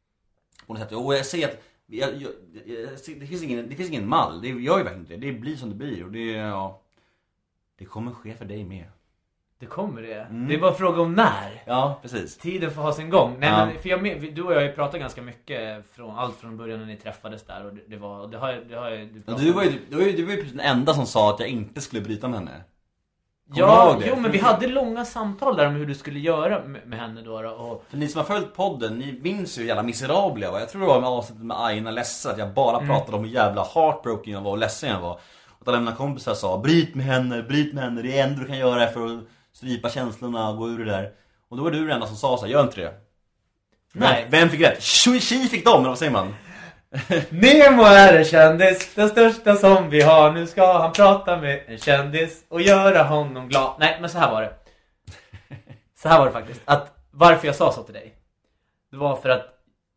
På något sätt. Och jag säger att jag, jag, jag, det, finns ingen, det finns ingen mall. Det gör ju verkligen inte det. Det blir som det blir. Och det, ja, det kommer ske för dig med. Det kommer det. Mm. Det är bara fråga om när. Ja, precis. Tiden får ha sin gång. Nej, Ja. men för jag, men- du och jag har ju pratat ganska mycket från allt från början när ni träffades där, och det, det var det har det har jag- du Ja, pratat du om. var ju, du var ju, du var ju den enda som sa att jag inte skulle bryta med henne. Kommer du Ja, ihåg det? jo, men vi hade långa samtal där om hur du skulle göra med, med henne då, då och För ni som har följt podden, ni minns ju hur jävla miserabla jag var. Jag tror det var med avsnittet med Aina ledsen, att jag bara Mm. pratade om hur jävla heartbroken jag var och ledsen jag var. Och alla mina kompisar sa, bryt med henne, bryt med henne, det är det enda du kan göra för att strypa känslorna och gå ur det där. Och då var du den enda som sa så här, gör inte det. Nej. Vem, vem fick rätt? Tji tji fick de, eller vad säger man? Nemo är en kändis, den största som vi har. Nu ska han prata med en kändis och göra honom glad. Nej, men så här var det. Så här var det faktiskt. Att varför jag sa så till dig, det var för att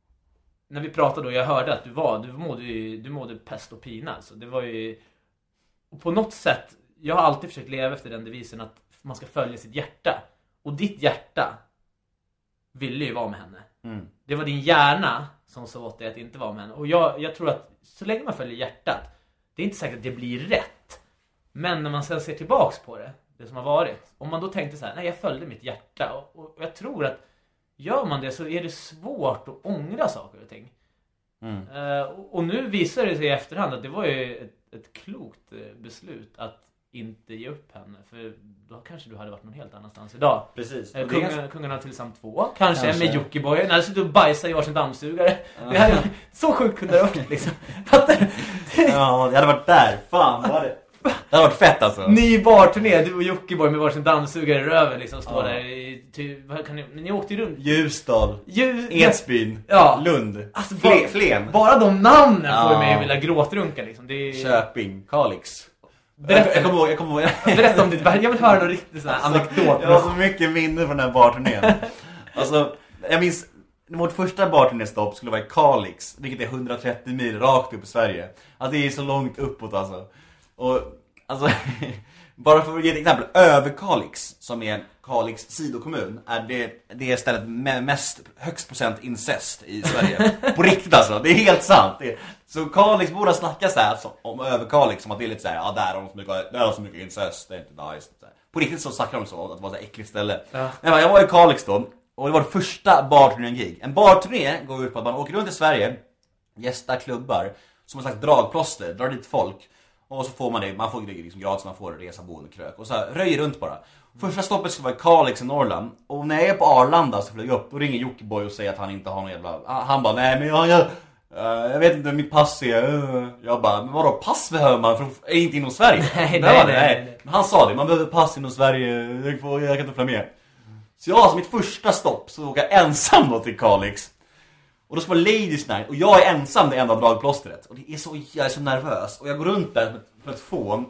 när vi pratade och jag hörde att du var, du mådde ju, du mådde pest och pina. Alltså. Det var ju, och på något sätt, jag har alltid försökt leva efter den devisen att man ska följa sitt hjärta. Och ditt hjärta ville ju vara med henne. Mm. Det var din hjärna som sa åt dig att inte vara med henne. Och jag, jag tror att så länge man följer hjärtat, det är inte säkert att det blir rätt. Men när man sen ser tillbaks på det, det som har varit, om man då tänkte så här, nej, jag följde mitt hjärta. Och, och jag tror att gör man det så är det svårt att ångra saker och ting. Mm. Uh, och, och nu visar det sig i efterhand att det var ju ett, ett klokt eh, beslut att inte ge upp henne. För då kanske du hade varit någon helt annanstans idag. Precis. Eh, Och det är ganska- Kungen, Kungarna tillsammans två. Kanske, Kanske. med Jockiboi. När du och bajsar i varsin dammsugare. Det hade, så sjukt kunde det ha varit liksom. Fattar du? Ja, jag hade varit där. Fan, vad var det? Det hade varit fett alltså. Ny barturné, du och Jockiboi med varsin dammsugare i röven liksom. Står Ja. där i, ty, vad kan ni, men ni åkte ju runt. Ljusdal, Ju, Edsbyn, Ja. Lund, Alltså, Fle, bara- Flen, Bara de namnen Ja. får mig att vilja gråtrunka liksom. Det är, Köping, Kalix. Berätta. Jag, jag kommer ihåg, jag kommer ihåg. berätta om ditt bär. Jag vill höra någon riktig sån här anekdot. Jag har så mycket minne från den här barturnén. Alltså, jag minns vårt första barturnéstopp skulle vara i Kalix, vilket är hundratrettio mil rakt upp i Sverige. Alltså det är så långt uppåt alltså. Och alltså bara för att ge ett exempel, Överkalix, som är Kalix sidokommun, är det, det är stället med mest högst procent incest i Sverige. På riktigt alltså, det är helt sant. Det är, så Kalix borde snacka så här alltså, om Överkalix, som att det är lite så här, ja, där har de så mycket, där har de så mycket incest, det är inte nice. Så här. På riktigt så snackar de så, att det var så här äckligt ställe. Ja. Jag, bara, jag var i Kalix då, och det var det första barturnén-gig. En barturné går ut på att man åker runt i Sverige, gästar klubbar, som en slags dragplåster, drar dit folk. Och så får man det, man får det liksom gratis, man får resa, boende, krök. Och så här, röjer runt bara. Första stoppet ska vara i Kalix i Norrland. Och när jag är på Arlanda så flyger jag upp och ringer Jockiboi och säger att han inte har någon jävla... Han bara, nej men jag... Jag, uh, jag vet inte, mitt pass är... Uh. Jag bara, men vadå, pass behöver man? För är inte inom Sverige? Nej, Behöver nej, det? nej, nej. Men han sa det, man behöver pass inom Sverige. Jag, får, jag kan inte följa med. Så jag, som mitt första stopp, så åker jag ensam då till Kalix. Och då ska vara Ladies Night. Och jag är ensam det enda dragplåstret. Och det är så, jag är så nervös. Och jag går runt där för ett fån.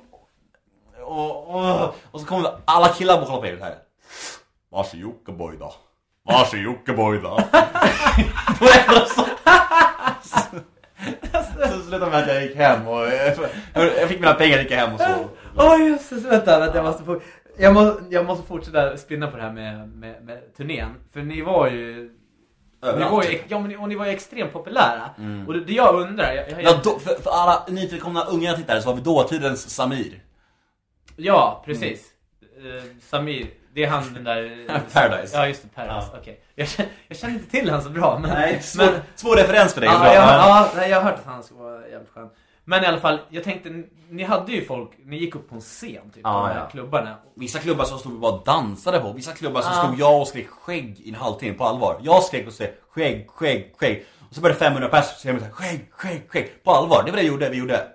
Och, och, och så kommer alla killar och kollar på det här. Varsågod Jockiboi då. Varsågod Jockiboi då. Då är det så. Så slutade med att jag gick hem och jag fick mina pengar, gick jag hem och så. Åh oh, just det, vänta, vänta, jag måste få, jag måste, jag måste fortsätta spinna på det här med, med, med turnén. För ni var ju, ni var ju, ja, men, och ni var ju extremt populära. Mm. Och det, det jag undrar, jag, jag, ja, då, för, för alla nytillkomna unga tittare så var vi dåtidens Samir. Ja, precis. Mm. Uh, Samir, det är han den där Paradise. Ja, just det, Paradise. Ja. Okej. Okay. Jag, känner, jag känner inte till han så bra, men nej, svår, men, svår referens för dig. Ja, jag, ja, nej, jag har hört att han ska vara jävligt skön. Men i alla fall, jag tänkte, ni hade ju folk, ni gick upp på en scen typ, ja, på de här ja. klubbarna. Vissa klubbar som stod vi bara och dansade på. Vissa klubbar som ja. stod jag och skrek skägg i en halvtimme på allvar. Jag skrek och skrek skägg, skägg, skägg. Och så började femhundra personer säga så här, skägg, skägg, skägg. På allvar, det var det vi gjorde, vi gjorde.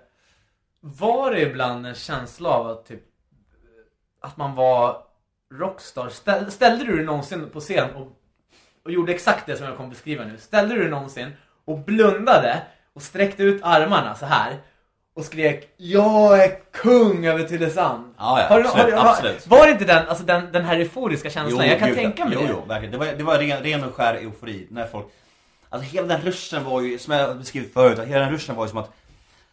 Var det ibland en känsla av att typ, att man var rockstar? Ställ, ställde du dig någonsin på scen och, och gjorde exakt det som jag kommer beskriva nu? Ställde du dig någonsin och blundade och sträckte ut armarna så här och skrek, jag är kung över Tylösand? Ja, ja, har du, absolut, har, har, absolut. Var det inte den, alltså den, den här euforiska känslan? Jo, jag kan gud, tänka mig jo, det. Jo, verkligen. Det var, det var ren, ren och skär eufori när folk, alltså hela den ruschen var ju, som jag beskrivit förut, hela den ruschen var ju som att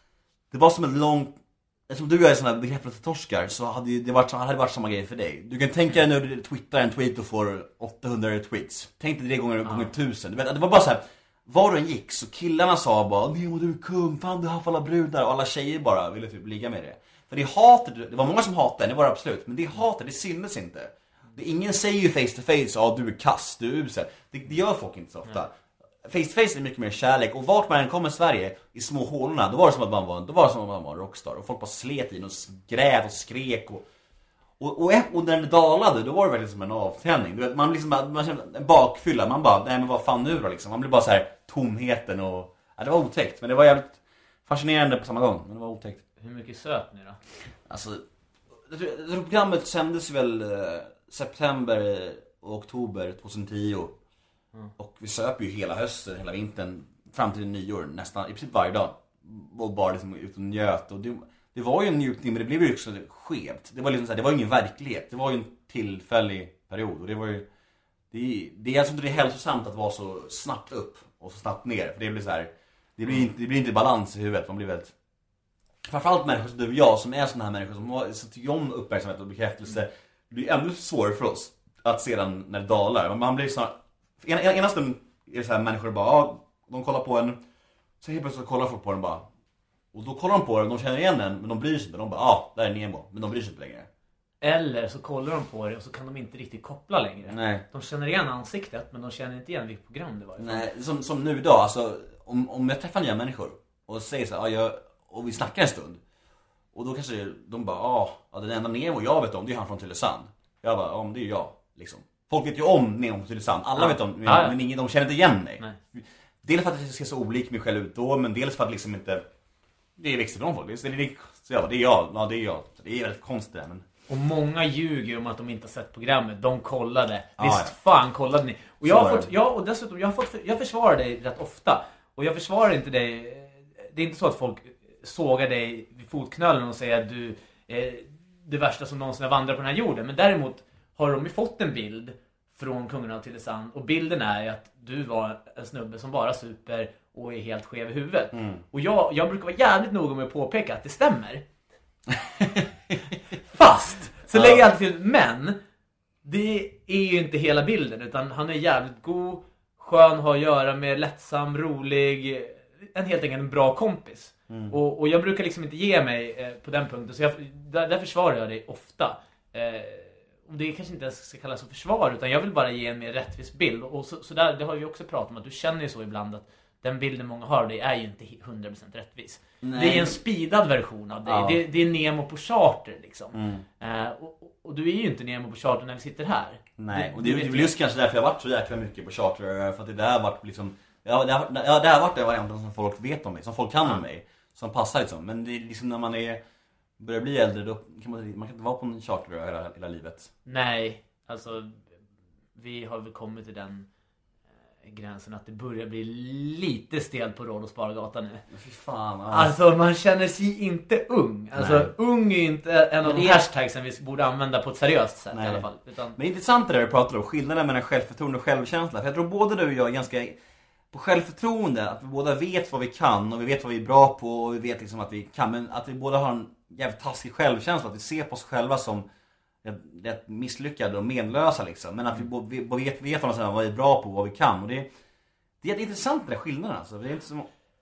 det var som ett långt, eftersom du är sån här begreppet torskar, så hade det varit, hade det varit samma grej för dig. Du kan tänka dig när du twittrar en tweet och får åttahundra tweets. Tänk dig det gånger, gånger tusen. Det var bara så här, var du än gick så killarna sa bara, Nemo du är kung, fan du har alla brudar. Och alla tjejer bara ville typ ligga med det. För det hatet, det var många som hatade, det var det absolut. Men det hatet, det syndes inte. Det, ingen säger ju face to face, ja du är kass, du är usel. Det, det gör folk inte så ofta. Mm. Face to face är mycket mer kärlek. Och vart man än kom i Sverige, i små hålorna, då var det som att man var, då var det som att man var en rockstar. Och folk bara slet in och grät och skrek. Och, och, och, och när det dalade, då var det verkligen som en avtändning. Du vet, man liksom, man kände en bakfylla. Man bara, nej men vad fan nu då liksom. Man blir bara så här, tomheten och, ja, det var otäckt. Men det var jävligt fascinerande på samma gång. Men det var otäckt. Hur mycket söp ni då? Alltså, jag tror, jag tror programmet sändes väl eh, september och oktober tjugohundratio. Mm. Och vi söp ju hela hösten, hela vintern, fram till nyår, nästan, i princip varje dag. Och bara liksom ut och njöt. Och det, det var ju en njutning, men det blev ju också skevt. Det var liksom så här, det var ingen verklighet. Det var ju en tillfällig period. Och det var ju, det, det är alltså inte det hälsosamt att vara så snabbt upp och så snabbt ner. För det blir så här, det blir inte, det blir inte balans i huvudet. Man blir väldigt, framförallt människor som du och jag, som är sådana här människor som har, så tycker om uppmärksamhet och bekräftelse. Det blir ännu svårare för oss att sedan när det dalar. Man blir så En, en, ena stunden är det så här, människor bara, ja, de kollar på en, så helt plötsligt kollar folk på den bara. Och då kollar de på den, de känner igen den, men de bryr sig inte. De bara, ja, där är Nemo, men de bryr sig inte längre. Eller så kollar de på det och så kan de inte riktigt koppla längre. Nej. De känner igen ansiktet, men de känner inte igen vilket program det var. Nej, som, som nu idag, alltså, om, om jag träffar nya människor och säger så här, ja, jag, och vi snackar en stund. Och då kanske de bara, ja, ja den enda Nemo jag vet om, det är han från Tylösand. Jag bara, ja, men det är jag, liksom. Folk vet ju om Nemo på Tylösand. Alla ja. vet om, men, ja, ja. men ingen, de känner inte igen mig. Nej. Dels för att jag ska så olik mig själv ut då, men dels för att liksom inte, det är växer från folk. Det är, det är, så ja, det är jag, ja det är jag. Det är väldigt konstigt, men... Och många ljuger om att de inte har sett programmet. De kollade. Ah, Visst ja. fan kollade ni. Och jag har fått, jag, och dessutom, jag har fått, jag försvarar dig rätt ofta. Och jag försvarar inte dig. Det är inte så att folk sågar dig vid fotknölen och säger att du är det värsta som någonsin har vandrat på den här jorden. Men däremot har de ju fått en bild från kungarna av Tylösand. Och bilden är att du var en snubbe som bara super och är helt skev i huvudet. Mm. Och jag, jag brukar vara jävligt noga med att påpeka att det stämmer. Fast så lägger jag alltid till, men det är ju inte hela bilden, utan han är jävligt god, skön, har att göra med, lättsam, rolig, en helt enkelt en bra kompis. Mm. Och, och jag brukar liksom inte ge mig eh, på den punkten, så jag, där, där försvarar jag dig ofta. Eh, och det kanske inte ens ska kallas för försvar, utan jag vill bara ge en mer rättvis bild. Och så, så där, det har vi också pratat om, att du känner ju så ibland att den bilden många har, det är ju inte hundra procent rättvis. Nej. Det är en speedad version av dig. Ja. Det, det är Nemo på charter liksom. Mm. Uh, och, och du är ju inte Nemo på charter när vi sitter här. Nej, och det, det är väl just kanske därför jag har varit så jäkla mycket på charter. För att det har varit liksom, ja, det har, ja, det har varit det varianten som folk vet om mig, som folk kan om mm. mig, som passar liksom. Men det är liksom när man är, börjar bli äldre, då kan man, man kan inte vara på en charter hela, hela livet. Nej, alltså vi har väl kommit till den gränsen att det börjar bli lite stelt på Råd och Spargatan nu. Fy fan. Ja. Alltså man känner sig inte ung. Alltså Nej. ung är inte en av Men de det är- hashtagsen vi borde använda på ett seriöst sätt Nej. i alla fall. Utan... Men det är intressant det där vi pratar om, skillnaden mellan självförtroende och självkänsla. För jag tror både du och jag är ganska på självförtroende, att vi båda vet vad vi kan och vi vet vad vi är bra på och vi vet liksom att vi kan, men att vi båda har en jävligt taskig självkänsla, att vi ser på oss själva som rätt misslyckade och menlösa liksom. Men att vi, bo, vi vet, vet vad vi är bra på och vad vi kan. Och det, det är intressant det där skillnaden alltså. Det är inte som...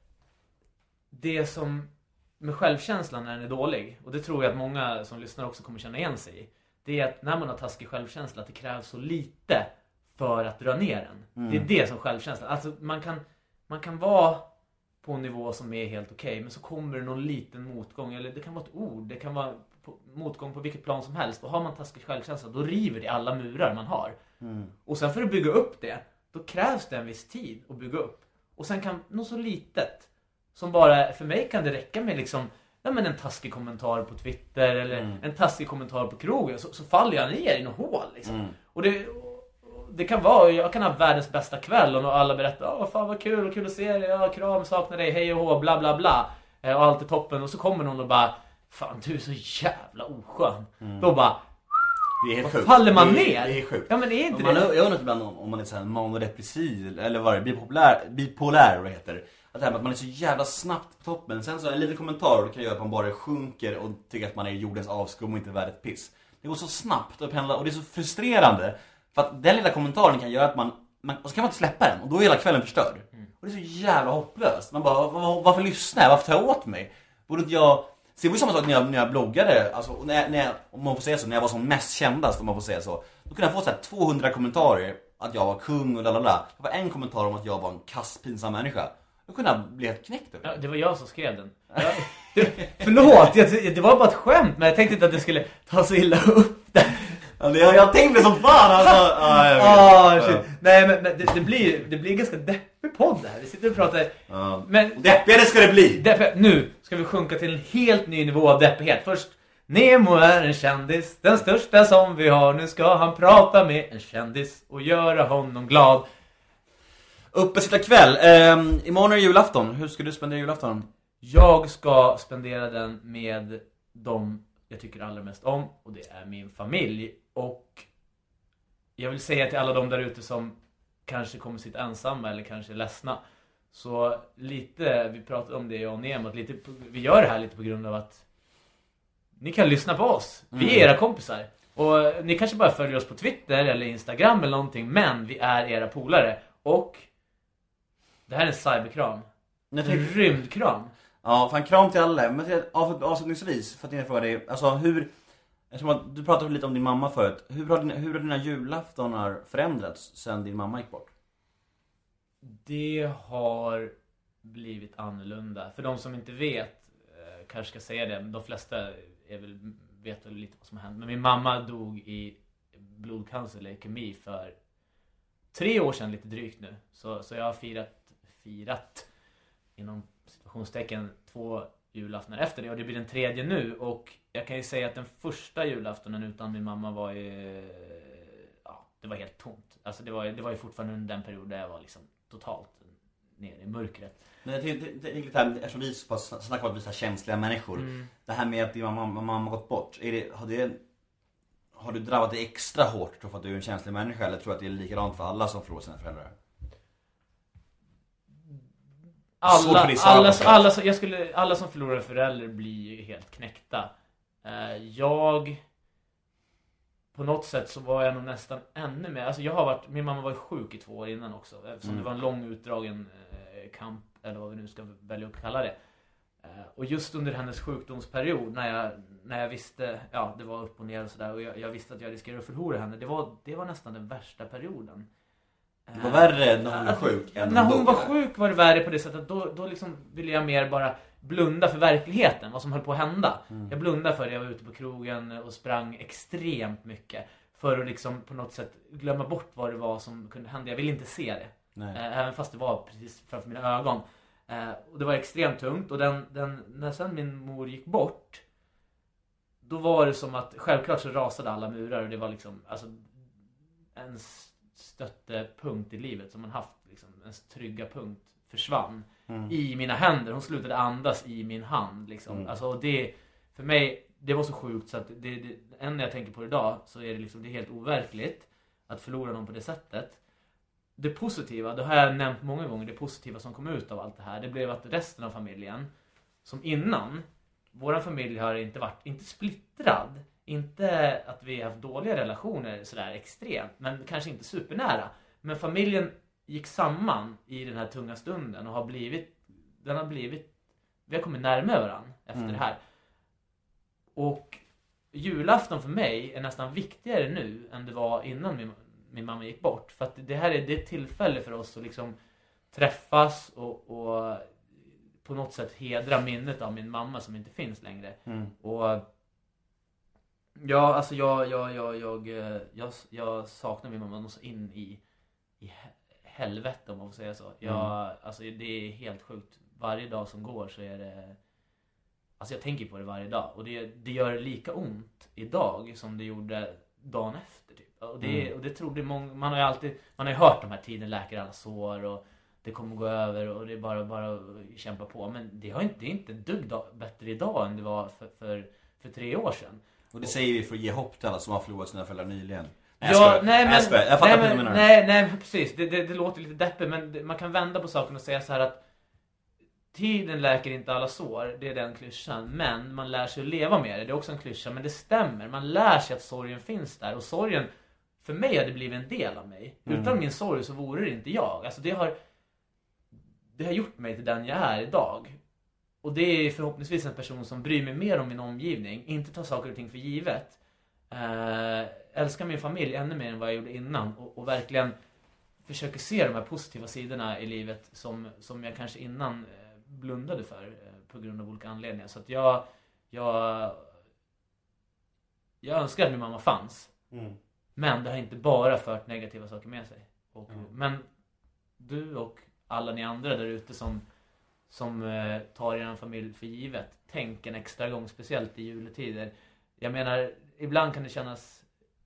Det som med självkänslan när den är dålig, och det tror jag att många som lyssnar också kommer känna igen sig i, det är att när man har taskig självkänsla att det krävs så lite för att dra ner den. Mm. Det är det som självkänslan. Alltså man kan, man kan vara på en nivå som är helt okej, okay, men så kommer det någon liten motgång, eller det kan vara ett ord, det kan vara på, motgång på vilket plan som helst. Och har man taskig självkänsla, då river det alla murar man har. Mm. Och sen för att bygga upp det, då krävs det en viss tid att bygga upp. Och sen kan något så litet som bara, för mig kan det räcka med liksom, ja, men en taskig kommentar på Twitter eller Mm. en taskig kommentar på krogen, så, så faller jag ner i något hål liksom. Mm. Och det, det kan vara, jag kan ha världens bästa kväll och alla berättar, åh fan vad kul, vad kul att se dig, ja, kram, saknar dig, hej och hå, bla bla bla, och allt är toppen. Och så kommer någon och bara, fan du är så jävla oskön. Mm. Då bara, Det är helt vad sjukt. faller man det är, ner? Det är sjukt. Ja men är inte man, det? Jag undrar ibland om, om man är så här manodepressiv eller vad det är, bipolär, bipolär vad det heter. Att, det här med att man är så jävla snabbt på toppen. Sen så en liten kommentar kan göra att man bara sjunker och tycker att man är jordens avskum och inte värd ett piss. Det går så snabbt att pendla och det är så frustrerande. För att den lilla kommentaren kan göra att man, man och så kan man inte släppa den och då är hela kvällen förstörd. Mm. Och det är så jävla hopplöst. Man bara, var, varför lyssnar jag? Varför tar jag åt mig? Borde inte jag... Så det var ju samma sak när jag, när jag bloggade, alltså, när, jag, när jag, om man får säga så, när jag var som mest kändast, om man får säga så. Då kunde jag få så här tvåhundra kommentarer att jag var kung och lalala. Det var en kommentar om att jag var en kass, pinsam människa. Då kunde jag bli helt knäckt över. Ja, det var jag som skrev den. Jag, det, förlåt, jag, det var bara ett skämt, men jag tänkte inte att det skulle ta så illa upp där. Ja, jag, jag tänkte som fan alltså. Ah, jag vet. Ah, shit. Nej men, men det, det, blir, det blir ganska deppig podd det här. Vi sitter och pratar. Ja. Men Deppigare ska det bli. depp, nu ska vi sjunka till en helt ny nivå av deppighet. Först, Nemo är en kändis, den största som vi har. Nu ska han prata med en kändis och göra honom glad. Uppe sitta kväll. Ehm, imorgon är julafton. Hur ska du spendera julafton? Jag ska spendera den med dem jag tycker allra mest om, och det är min familj. Och jag vill säga till alla de där ute som kanske kommer sitta ensamma eller kanske är ledsna, så lite, vi pratade om det jag och Nemo, att lite, vi gör det här lite på grund av att ni kan lyssna på oss. Vi är era kompisar. Och ni kanske bara följer oss på Twitter eller Instagram eller någonting, men vi är era polare. Och det här är en cyberkram. Jag En tänkte, rymdkram. ja, fan kram till alla. Men till- av- avslutningsvis, för att jag fråga dig, alltså hur... Eftersom att du pratade lite om din mamma förut. Hur har dina, hur har dina julaftonar förändrats sen din mamma gick bort? Det har blivit annorlunda. För de som inte vet, eh, kanske ska säga det, men de flesta är väl, vet väl lite vad som har hänt. Men min mamma dog i blodcancer, leukemi, för tre år sedan lite drygt nu. Så, så jag har firat, firat inom situationstecken två julaftonar efter det. Och det blir den tredje nu. Och jag kan ju säga att den första julaftonen utan min mamma var ju, ja, det var helt tomt. Alltså det var, det var ju fortfarande under den period där jag var liksom totalt nere i mörkret. Men jag tänkte, det, det, det här, eftersom vi så pass snackar om att vi är så här känsliga människor. Mm. Det här med att din mamma, mamma har gått bort. Är det, har, det, har du drabbat dig extra hårt tror för att du är en känslig människa? Eller tror att det är likadant för alla som förlorar sina föräldrar? Svårt Alla, för dig att svara alla, på. alla, som- jag skulle, alla som förlorar föräldrar blir ju helt knäckta. Eh, Jag... På något sätt så var jag nog nästan ännu mer. Alltså jag har varit, min mamma var ju sjuk i två år innan också. Eftersom Mm. det var en lång utdragen eh, kamp, eller vad vi nu ska välja att kalla det. Eh, och just under hennes sjukdomsperiod, när jag, när jag visste, ja det var upp och ner och sådär. Och jag, jag visste att jag riskerade att förlora henne. Det var, det var nästan den värsta perioden. Det var värre när hon var sjuk än När hon dog, var eller? sjuk var det värre på det sättet att då, då liksom ville jag mer bara blunda för verkligheten, vad som höll på att hända. Mm. Jag blundade för det, jag var ute på krogen och sprang extremt mycket för att liksom på något sätt glömma bort vad det var som kunde hända. Jag ville inte se det. Nej. Eh, Även fast det var precis framför mina ögon. Eh, Och det var extremt tungt. Och den, den, när sen min mor gick bort, då var det som att självklart så rasade alla murar. Och det var liksom alltså, en stöttepunkt i livet som man haft liksom, ens trygga punkt försvann Mm. i mina händer. Hon slutade andas i min hand liksom. Mm. Alltså det, för mig, det var så sjukt så att det, det, än när jag tänker på det idag så är det liksom, det är helt overkligt att förlora någon på det sättet. Det positiva, det har jag nämnt många gånger, det positiva som kom ut av allt det här, det blev att resten av familjen, som innan, våran familj har inte varit, inte splittrad, inte att vi har haft dåliga relationer sådär extremt, men kanske inte supernära. Men familjen gick samman i den här tunga stunden och har blivit, den har blivit, vi har kommit närmare varandra efter Mm. det här. Och julafton för mig är nästan viktigare nu än det var innan min, min mamma gick bort. För att det här är, det är ett tillfälle för oss att liksom träffas och, och på något sätt hedra minnet av min mamma som inte finns längre. Mm. Och ja, alltså jag, jag, jag, jag, jag, jag saknar min mamma så in i, i helvete om man får säga så. Jag, Mm. alltså det är helt sjukt. Varje dag som går så är det... Alltså jag tänker på det varje dag. Och det, det gör lika ont idag som det gjorde dagen efter. Typ. Och, det, Mm. och det trodde många... Man har ju alltid... Man har ju hört de här tiden läker alla sår och det kommer gå över och det är bara, bara att kämpa på. Men det, har inte, det är inte ett dugg dag, bättre idag än det var för, för, för tre år sedan. Och det säger vi för att ge hopp till alla som har förlorat sina föräldrar nyligen. Nej, Ja, jag skojar. nej men, jag, skojar. Jag fattar nej, vad du men, menar. nej, nej, precis. Det, det, det låter lite deppigt, men det, man kan vända på saken och säga så här att tiden läker inte alla sår, det är den klyschan. Men man lär sig att leva med det, det är också en klyscha, men det stämmer. Man lär sig att sorgen finns där, och sorgen, för mig har det blivit en del av mig. Mm. Utan min sorg så vore det inte jag. Alltså det har, det har gjort mig till den jag är idag. Och det är förhoppningsvis en person som bryr mig mer om min omgivning, inte tar saker och ting för givet. Uh, älskar min familj ännu mer än vad jag gjorde innan och, och verkligen försöker se de här positiva sidorna i livet som, som jag kanske innan uh, blundade för uh, på grund av olika anledningar. Så att jag jag, jag önskar att min mamma fanns, Mm. men det har inte bara fört negativa saker med sig. Och, Mm. Men du och alla ni andra där ute som, som uh, tar er familj för givet, tänk en extra gång, speciellt i juletider. Jag menar, ibland kan det kännas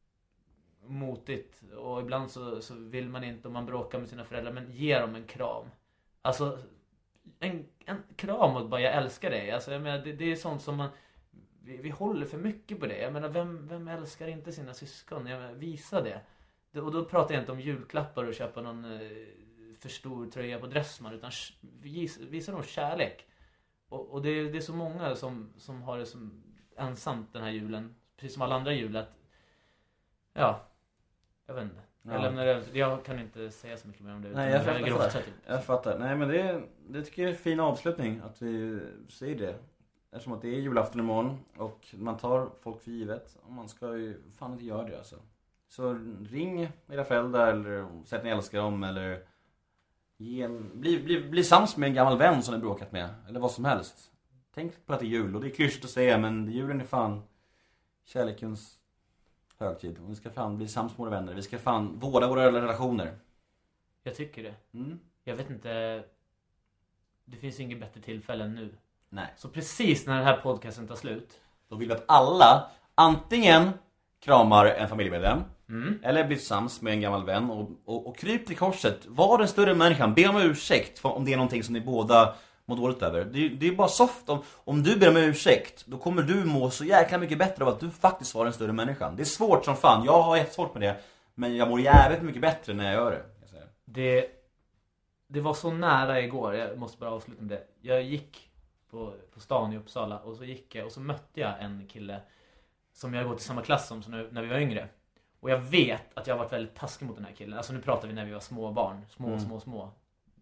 motigt och ibland så, så vill man inte, om man bråkar med sina föräldrar, men ge dem en kram. Alltså en, en kram och bara jag älskar dig. Alltså jag menar, det, det är sånt som man vi, vi håller för mycket på det. Jag menar, vem, vem älskar inte sina syskon? Jag menar, visa det. det. Och då pratar jag inte om julklappar och köpa någon eh, för stor tröja på Dressman, utan visa, visa dem kärlek. Och, och det, det är så många som, som har det som ensamt den här julen, precis som alla andra jul, att ja, jag vet inte. Jag Ja. lämnar över. Jag kan inte säga så mycket mer om det. Nej, jag utan fattar. gråter typ. Jag fattar. Nej, men det, det tycker jag är en fin avslutning att vi säger det. Eftersom att det är julafton imorgon och man tar folk för givet. Och man ska ju fan inte göra det alltså. Så ring era föräldrar eller säg att ni älskar dem eller ge en, bli, bli, bli sams med en gammal vän som ni bråkat med. Eller vad som helst. Tänk på att det är jul och det är klyschigt att säga, men julen är fan kärlekens högtid. Och vi ska fan bli sams med våra vänner. Vi ska fan vårda våra relationer. Jag tycker det. Mm. Jag vet inte. Det finns inget bättre tillfälle än nu. Nej. Så precis när den här podcasten tar slut. Då vill vi att alla antingen kramar en familjemedlem Mm. eller blir sams med en gammal vän och, och, och kryp till korset. Var den större människan. Be om ursäkt för, om det är någonting som ni båda mår dåligt över. Det, det är bara soft. Om, om du ber om ursäkt, då kommer du må så jäkla mycket bättre av att du faktiskt var den större människan. Det är svårt som fan. Jag har jättesvårt med det. Men jag mår jävligt mycket bättre när jag gör det. Jag säger. Det, det var så nära igår. Jag måste bara avsluta med det. Jag gick på, på stan i Uppsala och så gick jag och så mötte jag en kille som jag gått i samma klass som, som när, när vi var yngre. Och jag vet att jag har varit väldigt taskig mot den här killen. Alltså nu pratar vi när vi var små barn. Små, Mm. små, små.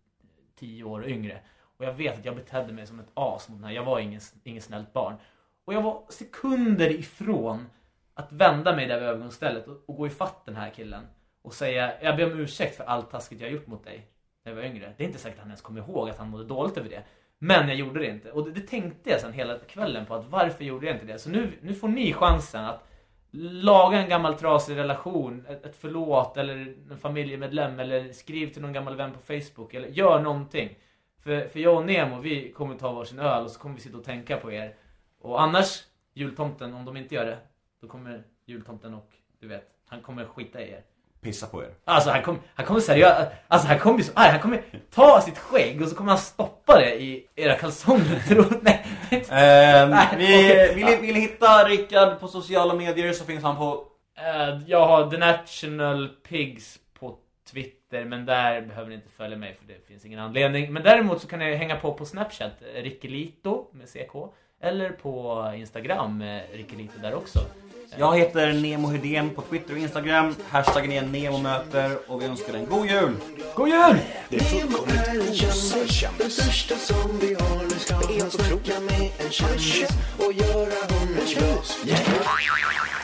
Tio år yngre. Och jag vet att jag betedde mig som ett as mot den här. Jag var ingen, ingen snällt barn. Och jag var sekunder ifrån att vända mig där vid övergångsstället och, och gå ifatt den här killen. Och säga, jag ber om ursäkt för allt taskigt jag har gjort mot dig när jag var yngre. Det är inte säkert att han ens kommer ihåg att han mådde dåligt över det. Men jag gjorde det inte. Och det, det tänkte jag sen hela kvällen på, att varför gjorde jag inte det? Så nu, nu får ni chansen att laga en gammal trasig relation, ett, ett förlåt eller en familjemedlem, eller skriv till någon gammal vän på Facebook, eller gör någonting. För, för jag och Nemo, vi kommer ta varsin öl och så kommer vi sitta och tänka på er. Och annars, jultomten, om de inte gör det, då kommer jultomten och du vet, han kommer skita i er. pissa på er. Alltså han kommer han kommer seriöst, alltså han kommer bli så arg. Han kommer ta sitt skägg och så kommer han stoppa det i era kalsonger. Tror nej. Eh, Nej, vi okej. vill, vill hitta Rickard på sociala medier så finns han på... Uh, jag har The National Pigs på Twitter, men där behöver ni inte följa mig för det finns ingen anledning. Men däremot så kan ni hänga på på Snapchat, Rickelito med C K, eller på Instagram, Rickelito där också. Jag heter Nemo Hedén på Twitter och Instagram. Hashtaggen är NEMOMÖTER och vi önskar en god jul. God jul! Det är fullkomligt osäkert. Den största som vi har. Nu ska han snacka med en kändis och göra honom glad.